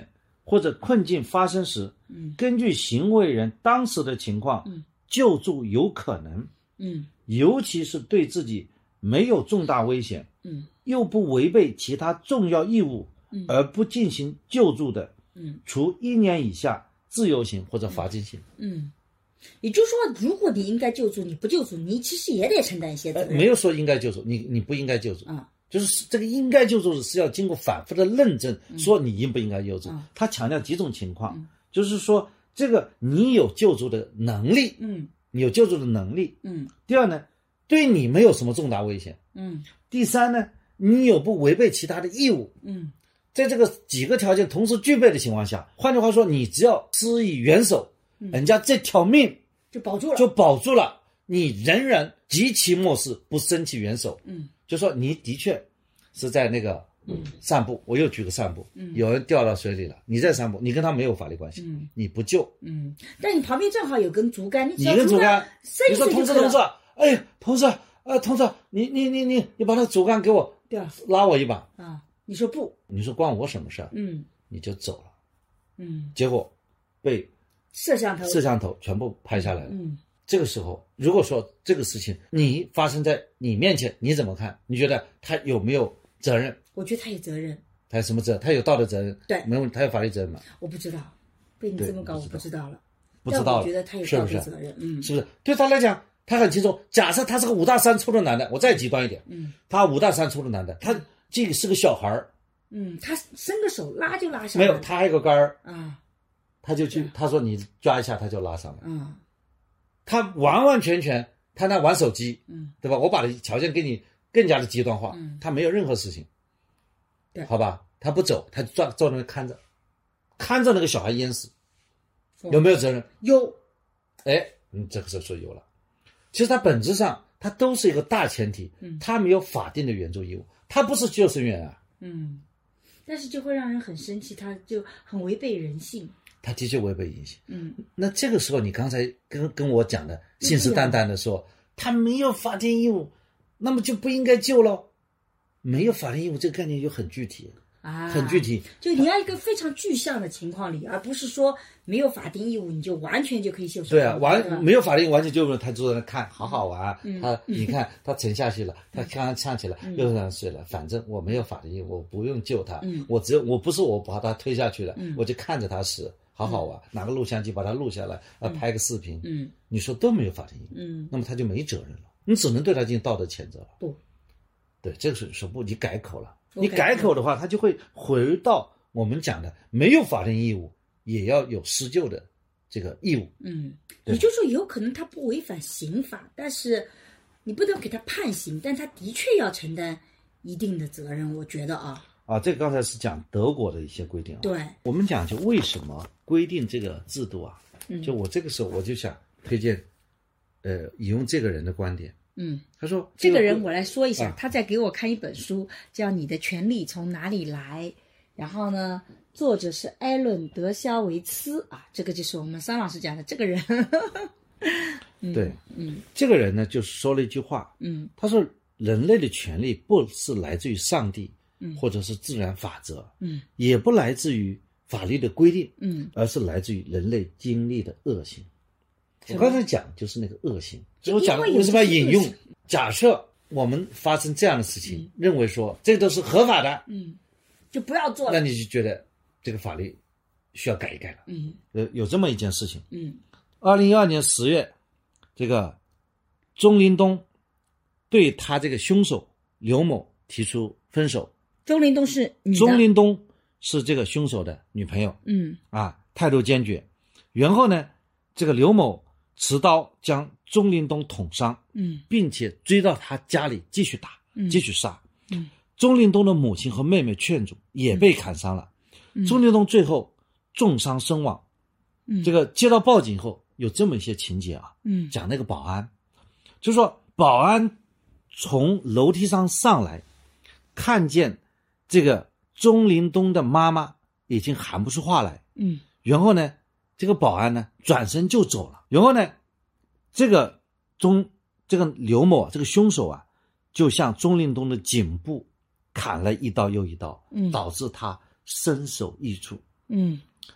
或者困境发生时，嗯，根据行为人当时的情况，嗯，救助有可能，嗯，尤其是对自己没有重大危险，嗯，又不违背其他重要义务，嗯，而不进行救助的，嗯，处一年以下自由刑或者罚金刑。 嗯，也就是说，如果你应该救助，你不救助，你其实也得承担一些责任。 呃、没有说应该救助，你你不应该救助啊。就是这个应该救助是要经过反复的论证，嗯、说你应不应该救助。嗯、他强调几种情况，嗯、就是说这个你有救助的能力，嗯，你有救助的能力，嗯。第二呢，对你没有什么重大危险，嗯。第三呢，你有不违背其他的义务，嗯。在这个几个条件同时具备的情况下，换句话说，你只要施以援手，嗯、人家这条命就保住了， 就保住了，你仍然极其漠视，不伸起援手，嗯。就说你的确是在那个散步，嗯、我又举个散步，嗯、有人掉到水里了，你在散步，你跟他没有法律关系，嗯、你不救， 嗯，但你旁边正好有根竹竿，你你跟竹竿，你说同志同志，哎，同志，呃，同志，你你你你你把那竹竿给我， 对啊， 拉我一把啊，你说不， 你说关我什么事？嗯，你就走了，嗯，结果被摄像头摄像头全部拍下来了，嗯。这个时候，如果说这个事情你发生在你面前，你怎么看？你觉得他有没有责任？ 我觉得他有责任。 他有什么责任？他有道德责任？ 对， 没问题。他有法律责任吗？ 我不知道，被你这么搞，我不知道了。 不知道了， 我觉得他有道德责任，嗯， 是不是？对他来讲，他很清楚。假设他是个五大三粗的男的，我再极端一点，嗯，他五大三粗的男的，他这个是个小孩儿， 嗯，他伸个手拉就拉上来， 没有，他还有个杆儿啊，他就去，他说你抓一下，他就拉上来，嗯。他完完全全，他那玩手机，嗯，对吧？我把的条件给你更加的极端化，嗯，他没有任何事情， 对， 好吧？他不走，他坐坐那边看着，看着那个小孩淹死，有没有责任？ 有， 哎，嗯，这个时候说有了。其实他本质上，他都是一个大前提，嗯，他没有法定的援助义务，他不是救生员啊， 嗯，但是就会让人很生气，他就很违背人性。 他的确违背人性，嗯，那这个时候你刚才跟跟我讲的信誓旦旦的说他没有法定义务，那么就不应该救了。没有法定义务这个概念就很具体啊，很具体。 就你要一个非常具象的情况里，而不是说没有法定义务你就完全就可以秀手。 对啊，完没有法定义务完全就他坐在那看，好好玩。嗯、他你看他沉下去了，他刚刚上去了，嗯、又上睡了。反正我没有法定义务，我不用救他，嗯、我只有我不是我把他推下去了，嗯、我就看着他死。好好玩，拿个录像机把它录下来，啊，拍个视频，嗯，你说都没有法定义务，嗯，那么他就没责任了，你只能对他进行道德谴责了。 不， 对，这个是说不，你改口了，你改口的话，他就会回到我们讲的没有法定义务也要有施救的这个义务。 嗯，也就是说，有可能他不违反刑法，但是你不能给他判刑，但他的确要承担一定的责任。我觉得啊。 啊，这个刚才是讲德国的一些规定啊。 对， 我们讲就为什么规定这个制度啊？嗯，就我这个时候我就想推荐，呃，引用这个人的观点。嗯，他说这个人我来说一下，啊、他在给我看一本书，叫《你的权利从哪里来》，然后呢，作者是埃伦·德肖维茨啊，这个就是我们桑老师讲的这个人。 嗯、对，嗯，这个人呢，就是说了一句话，嗯，他说人类的权利不是来自于上帝。嗯，或者是自然法则，嗯，也不来自于法律的规定，嗯，而是来自于人类经历的恶行。我刚才讲就是那个恶行，所以我讲为什么要引用？假设我们发生这样的事情，嗯、认为说这都是合法的， 嗯，就不要做了， 那你就觉得这个法律需要改一改了，嗯，呃，有这么一件事情，嗯，二零一二年十月，这个钟林东对他这个凶手刘某提出分手。 钟林东是女的， 钟林东是这个凶手的女朋友，嗯，啊，态度坚决。然后呢，这个刘某持刀将钟林东捅伤，嗯，并且追到他家里继续打，嗯、继续杀。嗯，钟林东的母亲和妹妹劝阻，也被砍伤了。嗯、钟林东最后重伤身亡。嗯，这个接到报警后，有这么一些情节啊，嗯，讲那个保安，就说保安从楼梯上上来，看见。这个钟林东的妈妈已经喊不出话来，嗯，然后呢，这个保安呢转身就走了，然后呢，这个钟这个刘某这个凶手啊，就向钟林东的颈部砍了一刀又一刀，嗯，导致他身首异处，嗯，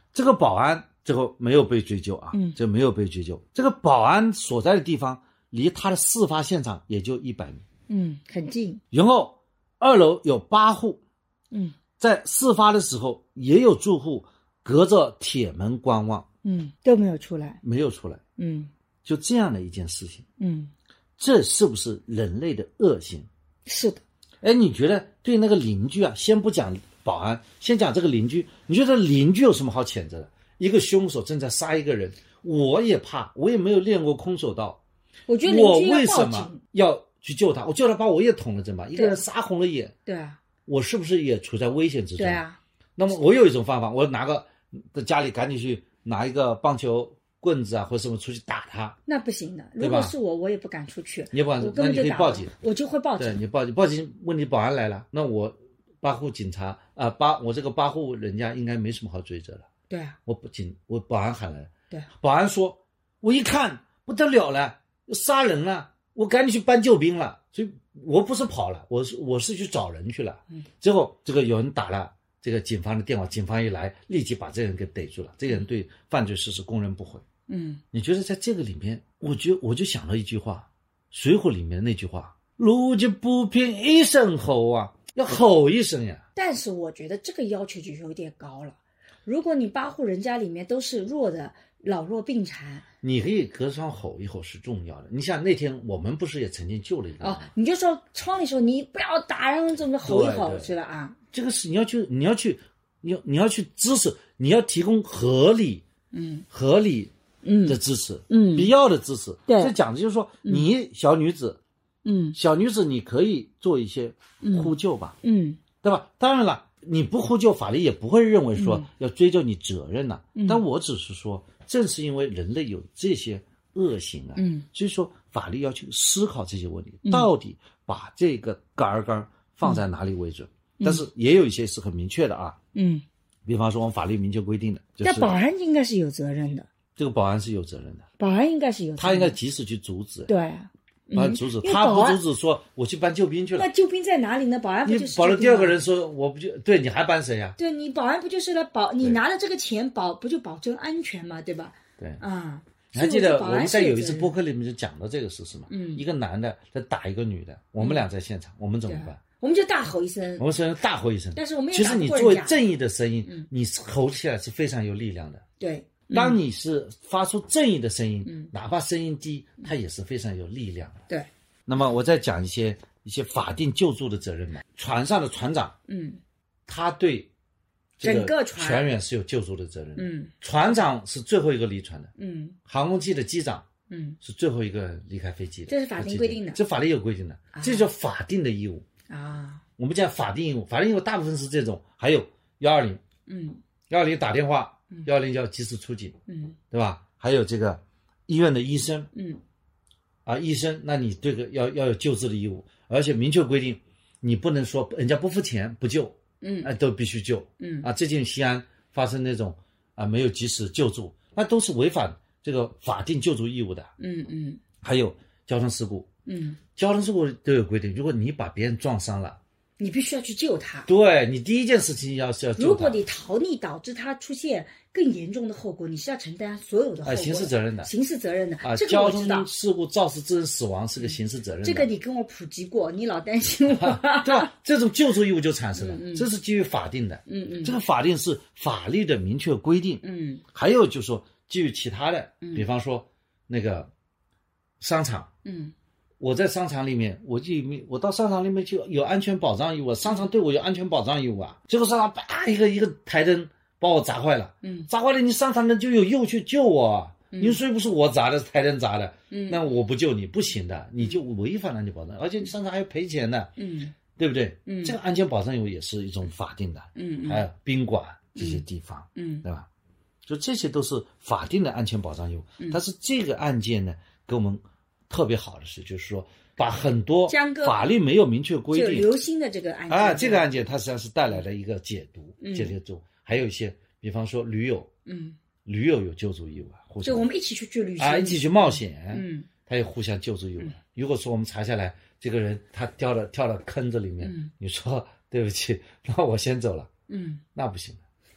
这个保安这个没有被追究啊，嗯，这没有被追究。这个保安所在的地方离他的事发现场也就一百米， 嗯，很近。 然后二楼有八户， 嗯， 在事发的时候也有住户隔着铁门观望， 嗯，都没有出来， 没有出来， 嗯， 就这样的一件事情， 嗯， 这是不是人类的恶行？ 是的。 哎，你觉得对那个邻居啊，先不讲保安，先讲这个邻居，你觉得邻居有什么好谴责的？一个凶手正在杀一个人，我也怕，我也没有练过空手道， 我觉得邻居要报警， 我为什么要去救他？我救他把我也捅了针吧，一个人杀红了眼， 对啊， 我是不是也处在危险之中？ 对啊。 那么我有一种方法，我拿个在家里赶紧去拿一个棒球棍子啊，或者什么出去打他， 那不行的。如果是我，我也不敢出去。 你也不敢，那你可以报警， 我就会报警。 对，你报警，报警问题保安来了，那我八户警察啊、呃，八我这个八户人家应该没什么好追责了。 对啊， 我不警我保安喊来了， 对， 保安说，我一看不得了了，杀人了，我赶紧去搬救兵了，所以我不是跑了，我是我是去找人去了。嗯，最后这个有人打了这个警方的电话，警方一来，立即把这个人给逮住了，这个人对犯罪事实供认不讳。 嗯， 你觉得在这个里面，我觉我就想到一句话，《水浒》里面的那句话，路见不平一声吼啊，要吼一声呀。 但是我觉得这个要求就有点高了。如果你八户人家里面都是弱的，老弱病残， 你可以隔窗吼一吼是重要的。你像那天我们不是也曾经救了一个人， 哦，你就说窗里说你不要打，然后怎么吼一吼是吧？啊， 这个是你要去，你要去，你要你要去支持，你要提供合理， 嗯， 合理的支持， 嗯， 必要的支持。 对， 这讲的就是说，你小女子， 嗯， 小女子你可以做一些呼救吧， 嗯， 对吧？当然了。你不呼救，法律也不会认为说要追究你责任呐、啊嗯。但我只是说，正是因为人类有这些恶行啊， 嗯， 所以说法律要去思考这些问题，嗯、到底把这个杆儿杆儿放在哪里为准、嗯。但是也有一些是很明确的啊，嗯，比方说我们法律明确规定的，就是、 但保安应该是有责任的， 这个保安是有责任的， 保安应该是有责任的， 他应该及时去阻止， 对、啊。 保安阻止、嗯，他不阻止说我去搬救兵去了。 那救兵在哪里呢？保安不就是你保了第二个人说我不就对你还搬谁呀、啊？ 对你保安不就是来保你拿了这个钱保不就保证安全嘛，对吧？ 对啊， 你还记得我们在有一次播客里面就讲到这个事实嘛？嗯，一个男的在打一个女的，我们俩在现场，嗯、我们怎么办？ 我们就大吼一声， 我们虽然大吼一声， 但是我们也其实你作为正义的声音，嗯、你吼起来是非常有力量的。 对。 当你是发出正义的声音，嗯、哪怕声音低，它也是非常有力量的。 对。 那么我再讲一些一些法定救助的责任嘛。船上的船长， 嗯， 他对整个船全员是有救助的责任的。 嗯， 船长是最后一个离船的。 嗯， 航空器的机长， 嗯， 是最后一个离开飞机的。 这是法定规定的， 这法律有规定的，啊、这叫法定的义务啊。 我们讲法定义务，法定义务大部分是这种，还有幺二零， 嗯， 幺二零打电话，幺二零就要及时出警， 嗯， 对吧？还有这个医院的医生， 嗯。 啊，医生，那你这个要要有救治的义务，而且明确规定，你不能说人家不付钱不救， 嗯， 啊，都必须救， 嗯， 啊，最近西安发生那种啊没有及时救助，那都是违反这个法定救助义务的， 嗯嗯， 还有交通事故， 嗯， 交通事故都有规定，如果你把别人撞伤了， 你必须要去救他， 对你第一件事情要是要救他， 如果你逃匿导致他出现更严重的后果，你是要承担所有的后果、 啊、刑事责任的， 刑事责任的啊， 这个我知道。 交通事故肇事致人死亡是个刑事责任的、 嗯。这个你跟我普及过，你老担心我， 啊、对吧？这种救助义务就产生了，嗯嗯这是基于法定的， 嗯嗯， 这个法定是法律的明确规定， 嗯， 还有就是说基于其他的，嗯、比方说那个商场， 嗯。 我在商场里面，我就我到商场里面就有安全保障义务，商场对我有安全保障义务啊。结果商场叭一个一个台灯把我砸坏了， 嗯， 砸坏了，你商场人就有义务去救我，嗯、你说不是我砸的，台灯砸的， 嗯， 那我不救你不行的，你就违反了安全保障，而且你商场还要赔钱的， 嗯， 对不对？ 嗯， 这个安全保障义务也是一种法定的， 嗯， 还有宾馆这些地方， 嗯， 对吧？就这些都是法定的安全保障义务， 嗯、 但是这个案件呢，给我们特别好的是，就是说。把很多法律没有明确规定， 就刘星的这个案件啊，这个案件它实际上是带来了一个解读， 嗯、 解读还有一些，比方说驴友， 嗯， 驴友有救助义务啊，互就我们一起去去旅行啊，一起去冒险， 嗯， 他有互相救助义务。 嗯、 如果说我们查下来，这个人他掉了跳到坑子里面， 嗯、 你说对不起，那我先走了， 嗯， 那不行。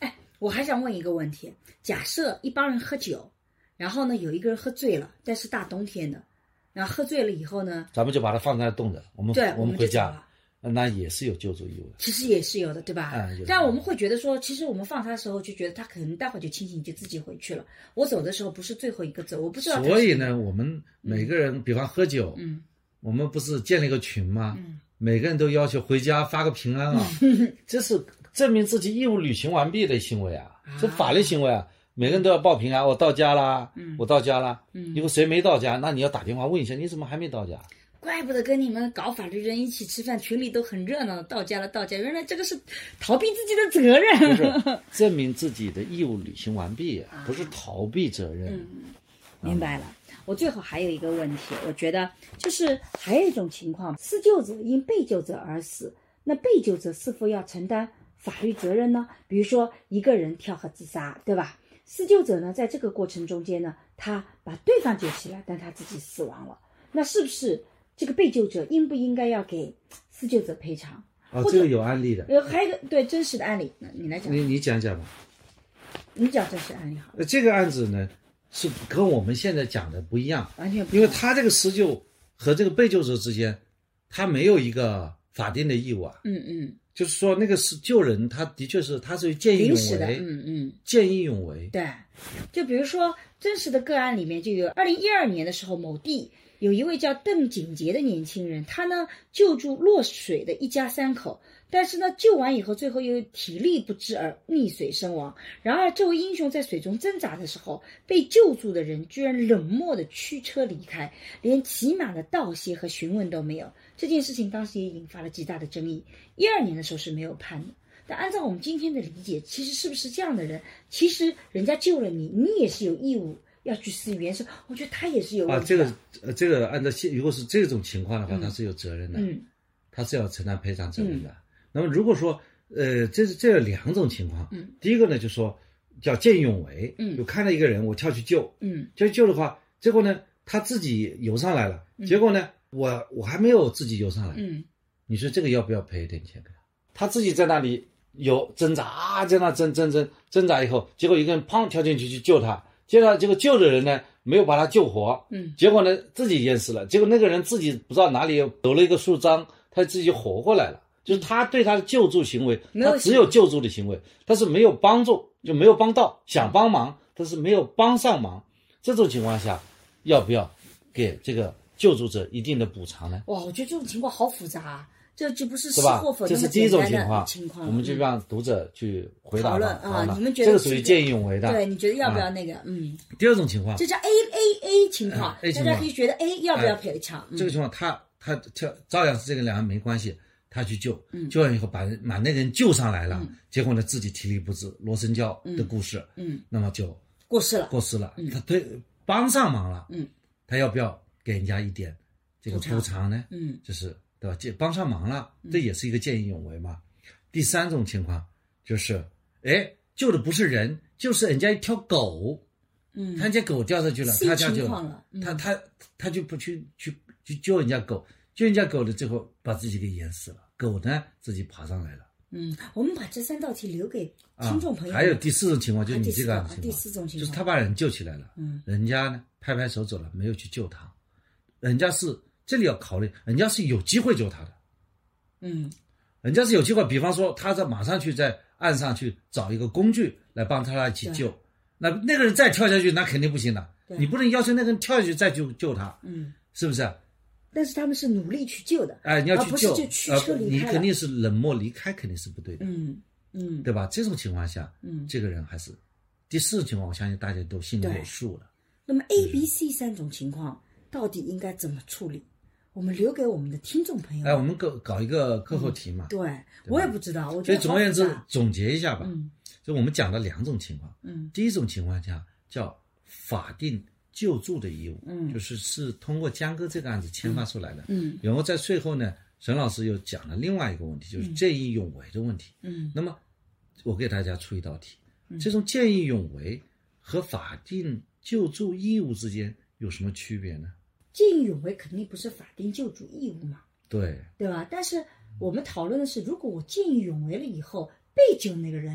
我还想问一个问题，假设一帮人喝酒，然后呢有一个人喝醉了，但是大冬天的，然后喝醉了以后呢， 咱们就把它放在冻着，我们对我们回家， 我那也是有救助义务的。 其实也是有的，对吧？ 嗯， 但我们会觉得说，其实我们放他的时候就觉得他可能待会儿就清醒，就自己回去了。我走的时候不是最后一个走，我不知道。 所以呢，我们每个人，嗯、比方喝酒， 嗯， 我们不是建了一个群吗？ 嗯， 每个人都要求回家发个平安啊，嗯、这是证明自己义务履行完毕的行为啊，啊这法律行为啊。每个人都要报平安，我到家啦，嗯、我到家啦。嗯，如果谁没到家，那你要打电话问一下，你怎么还没到家？ 怪不得跟你们搞法律人一起吃饭，群里都很热闹的。到家了，到家，原来这个是逃避自己的责任， 不是证明自己的义务履行完毕，啊、不是逃避责任。 嗯，明白了。我最后还有一个问题，我觉得就是还有一种情况，施救者因被救者而死，那被救者是否要承担法律责任呢？比如说一个人跳河自杀，对吧？施救者呢，在这个过程中间呢，他把对方救起来，但他自己死亡了，那是不是？这个被救者应不应该要给施救者赔偿？ 哦，这个有案例的。 呃，还有一个对真实的案例，那你来讲。 你你讲讲吧。 你讲真实案例好。 呃，这个案子呢是跟我们现在讲的不一样， 完全不一样，因为他这个施救和这个被救者之间，他没有一个法定的义务啊。 嗯嗯。 就是说，那个是救人，他的确是他是见义勇为， 嗯嗯， 见义勇为。 对，就比如说真实的个案里面就有，二零一二年的时候，某地有一位叫邓景杰的年轻人，他呢救助落水的一家三口，但是呢救完以后，最后又体力不支而溺水身亡。然而这位英雄在水中挣扎的时候，被救助的人居然冷漠的驱车离开，连起码的道谢和询问都没有。这件事情当时也引发了极大的争议。一二年的时候是没有判的，但按照我们今天的理解，其实是不是这样的人，其实人家救了你，你也是有义务要去施援手，我觉得他也是有问题的。 啊，这个呃，这个按照现如果是这种情况的话， 嗯、 他是有责任的， 嗯， 他是要承担赔偿责任的。 嗯、 那么如果说呃，这是这有两种情况， 嗯， 第一个呢就说叫见义勇为， 嗯， 就看到一个人我跳去救， 嗯， 跳去救的话，结果呢他自己游上来了， 嗯、 结果呢我我还没有自己游上来， 嗯， 你说这个要不要赔一点钱给他？他自己在那里有挣扎啊，在那挣挣挣挣扎以后，结果一个人砰跳进去去救他，结果这个救的人呢没有把他救活， 嗯， 结果呢自己淹死了，结果那个人自己不知道哪里抖了一个树桩，他自己活过来了。就是他对他的救助行为，他只有救助的行为，但是没有帮助，就没有帮到，想帮忙但是没有帮上忙。这种情况下，要不要给这个救助者一定的补偿呢？ 哇，我觉得这种情况好复杂啊。这就不是是吧？ 或否这是第一种情况， 情况我们就让读者去回答讨论啊。你们觉得这个属于见义勇为的？ 对，你觉得要不要那个？嗯。 第二种情况， 这叫 A A A 情况， 大家可以觉得 A 要不要赔偿？ 这个情况，他他跳照样是这个两人没关系，他去救，救完以后把人把那个人救上来了，结果呢自己体力不支，罗生教的故事， 嗯， 那么就过世了， 过世了。他对帮上忙了， 嗯， 他要不要给人家一点这个补偿呢？ 嗯， 就是。对吧？帮上忙了，这也是一个见义勇为嘛。嗯、第三种情况就是，哎，救的不是人，就是人家一条狗， 嗯， 他人家狗掉下去了，他家就了，嗯、 他他他就不去去去救人家狗，救人家狗的最后把自己给淹死了，狗呢自己爬上来了。 嗯，我们把这三道题留给听众朋友、 啊。还有第四种情况，就是你这个情况， 第四种情况就是他把人救起来了， 嗯， 人家呢拍拍手走了，没有去救他，人家是。这里要考虑，人家是有机会救他的， 嗯， 人家是有机会，比方说他在马上去在岸上去找一个工具来帮他一起救，那那个人再跳下去，那肯定不行了，你不能要求那个人跳下去再救救他， 嗯， 是不是？ 但是他们是努力去救的， 哎、呃，你要去救， 而不是就驱车离开、 呃、你肯定是冷漠离开，肯定是不对的， 嗯嗯， 对吧？这种情况下， 嗯， 这个人还是第四种情况，我相信大家都心里有数了。 那么 A、B、C 三种情况到底应该怎么处理？我们留给我们的听众朋友。 哎，我们搞搞一个课后题嘛。 嗯、对，我也不知道。我觉得所以总而言之，总结一下吧。 嗯， 就我们讲了两种情况。 嗯， 第一种情况下叫法定救助的义务， 嗯， 就是是通过江歌这个案子牵发出来的。 嗯， 然后在最后呢，沈老师又讲了另外一个问题，就是见义勇为的问题。 嗯， 那么我给大家出一道题，嗯、这种见义勇为和法定救助义务之间有什么区别呢？ 见义勇为肯定不是法定救助义务嘛， 对对吧？但是我们讨论的是，如果我见义勇为了以后，被救那个人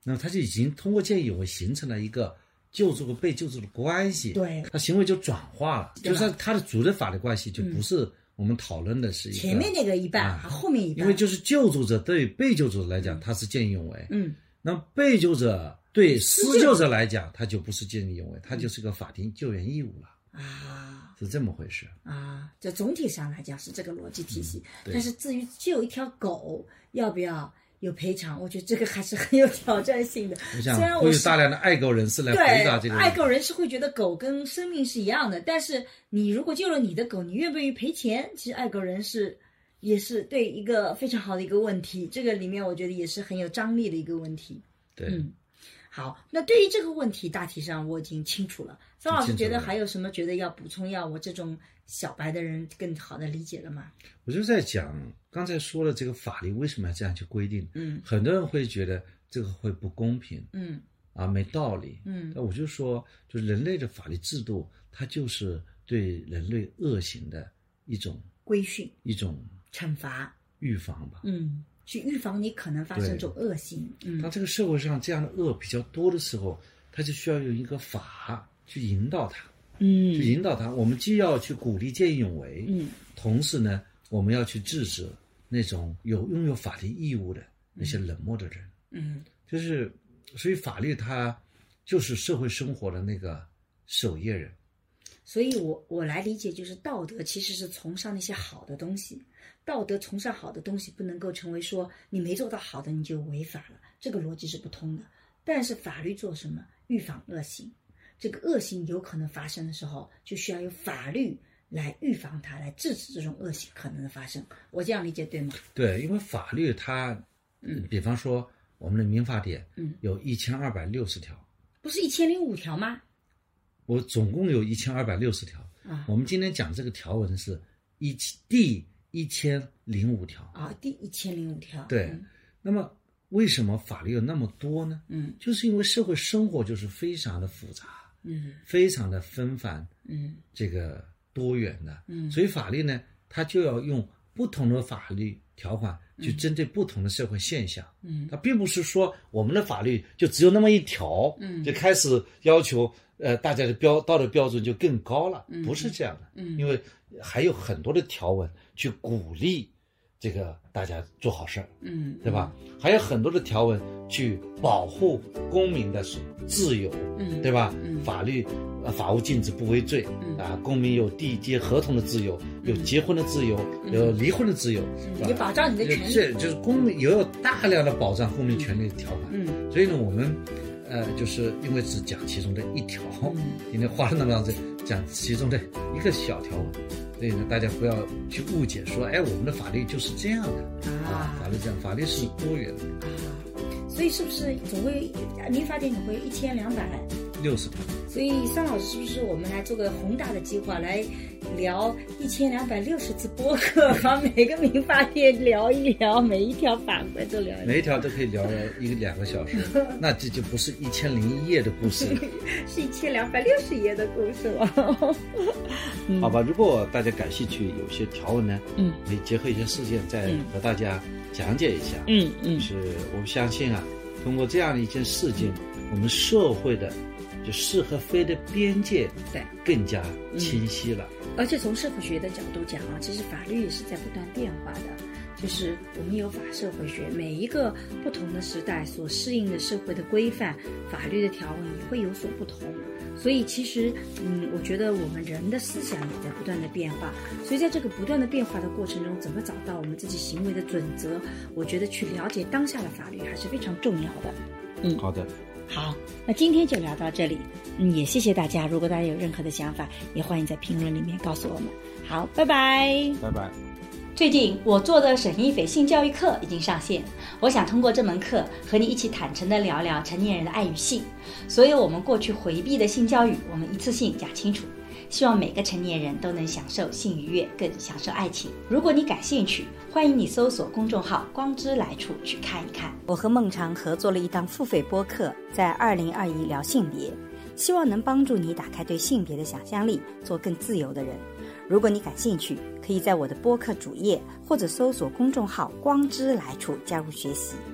那么他就已经通过见义勇为形成了一个救助和被救助的关系， 对， 他行为就转化了，就是他的主的法律关系就不是我们讨论的是一个、 嗯、前面那个一半、啊、后面一半， 因为就是救助者对被救助者来讲他是见义勇为， 嗯， 那被救者对施救者来讲他就不是见义勇为，他就是个法定救援义务了啊，是这么回事啊。这总体上来讲是这个逻辑体系、嗯、但是至于救一条狗要不要有赔偿，我觉得这个还是很有挑战性的。 我想会有大量的爱狗人士来回答这个。 爱狗人士会觉得狗跟生命是一样的，但是你如果救了你的狗，你愿不愿意赔钱？其实爱狗人士也是对一个非常好的一个问题，这个里面我觉得也是很有张力的一个问题。 对， 嗯，好，那对于这个问题大体上我已经清楚了。张老师觉得还有什么觉得要补充，要我这种小白的人更好的理解了吗？ 我就在讲刚才说了这个法律为什么要这样去规定，嗯，很多人会觉得这个会不公平，嗯，啊没道理，嗯，那我就说就是人类的法律制度它就是对人类恶行的一种规训， 一种惩罚预防吧， 嗯，去预防你可能发生这种恶行。嗯， 当这个社会上这样的恶比较多的时候，它就需要用一个法去引导它，嗯，去引导它。我们既要去鼓励见义勇为，嗯，同时呢，我们要去制止那种有拥有法律义务的那些冷漠的人，嗯，就是所以法律它就是社会生活的那个守夜人。 所以我我来理解，就是道德其实是崇尚那些好的东西，道德崇尚好的东西不能够成为说你没做到好的你就违法了，这个逻辑是不通的。但是法律做什么？预防恶行，这个恶行有可能发生的时候，就需要有法律来预防它，来制止这种恶行可能的发生。我这样理解对吗？ 对，因为法律它，嗯，比方说我们的民法典，嗯，有一千二百六十条， 不是一千零五条吗？ 我总共有一千二百六十条，啊，我们今天讲这个条文是一第一千零五条啊，第一千零五条。 对，嗯，那么为什么法律有那么多呢？嗯，就是因为社会生活就是非常的复杂，嗯，非常的纷繁，嗯，这个多元的，嗯，所以法律呢，它就要用不同的法律条款去针对不同的社会现象，嗯，它并不是说我们的法律就只有那么一条，嗯，就开始要求呃大家的标道德标准就更高了，嗯，不是这样的，嗯，因为还有很多的条文去鼓励这个大家做好事儿，嗯，对吧？还有很多的条文去保护公民的自由，嗯，对吧？嗯，法律呃法无禁止不为罪，嗯啊，公民有缔结合同的自由，有结婚的自由，嗯，有离婚的自由， 嗯，有保障你的权利， 这就是公民也有大量的保障公民权利的条款，嗯，所以呢，我们呃就是因为只讲其中的一条，嗯，今天花了那么长时间讲其中的一个小条文。所以呢，大家不要去误解说，哎，我们的法律就是这样的啊，法律这样，法律是多元的啊。所以是不是总归民法典总归一千两百六十条？ 所以桑老师是不是我们来做个宏大的计划，来聊一千两百六十次播客，把每个民法典聊一聊，每一条法规都聊一聊， 每一条都可以聊一个两个小时，那这就不是一千零一夜的故事， 是一千两百六十页的故事了。 嗯，好吧，如果大家感兴趣，有些条文呢，嗯，可以结合一些事件再和大家讲解一下。嗯嗯，就是我们相信啊，通过这样的一件事件，我们社会的就是是和非的边界对更加清晰了。 嗯，而且从社会学的角度讲啊，其实法律也是在不断变化的。就是我们有法社会学，每一个不同的时代所适应的社会的规范，法律的条文也会有所不同。所以其实，嗯，我觉得我们人的思想也在不断的变化。所以在这个不断的变化的过程中，怎么找到我们自己行为的准则？我觉得去了解当下的法律还是非常重要的。 嗯，好的。 好，那今天就聊到这里。嗯，也谢谢大家。如果大家有任何的想法，也欢迎在评论里面告诉我们。好，拜拜。 拜拜。 最近我做的沈一斐性教育课已经上线，我想通过这门课和你一起坦诚地聊聊成年人的爱与性，所有我们过去回避的性教育，我们一次性讲清楚。希望每个成年人都能享受性愉悦，更享受爱情。如果你感兴趣，欢迎你搜索公众号光之来处去看一看。我和孟常合作了一档付费播客，在二零二一聊性别，希望能帮助你打开对性别的想象力，做更自由的人。如果你感兴趣，可以在我的播客主页或者搜索公众号光之来处加入学习。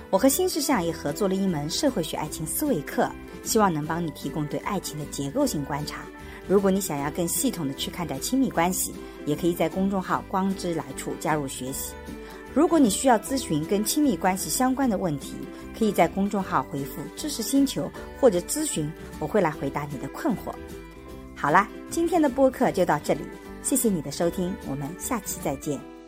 我和新事项也合作了一门社会学爱情思维课，希望能帮你提供对爱情的结构性观察。如果你想要更系统的去看待亲密关系，也可以在公众号光之来处加入学习。如果你需要咨询跟亲密关系相关的问题，可以在公众号回复知识星球或者咨询，我会来回答你的困惑。好啦，今天的播客就到这里，谢谢你的收听，我们下期再见。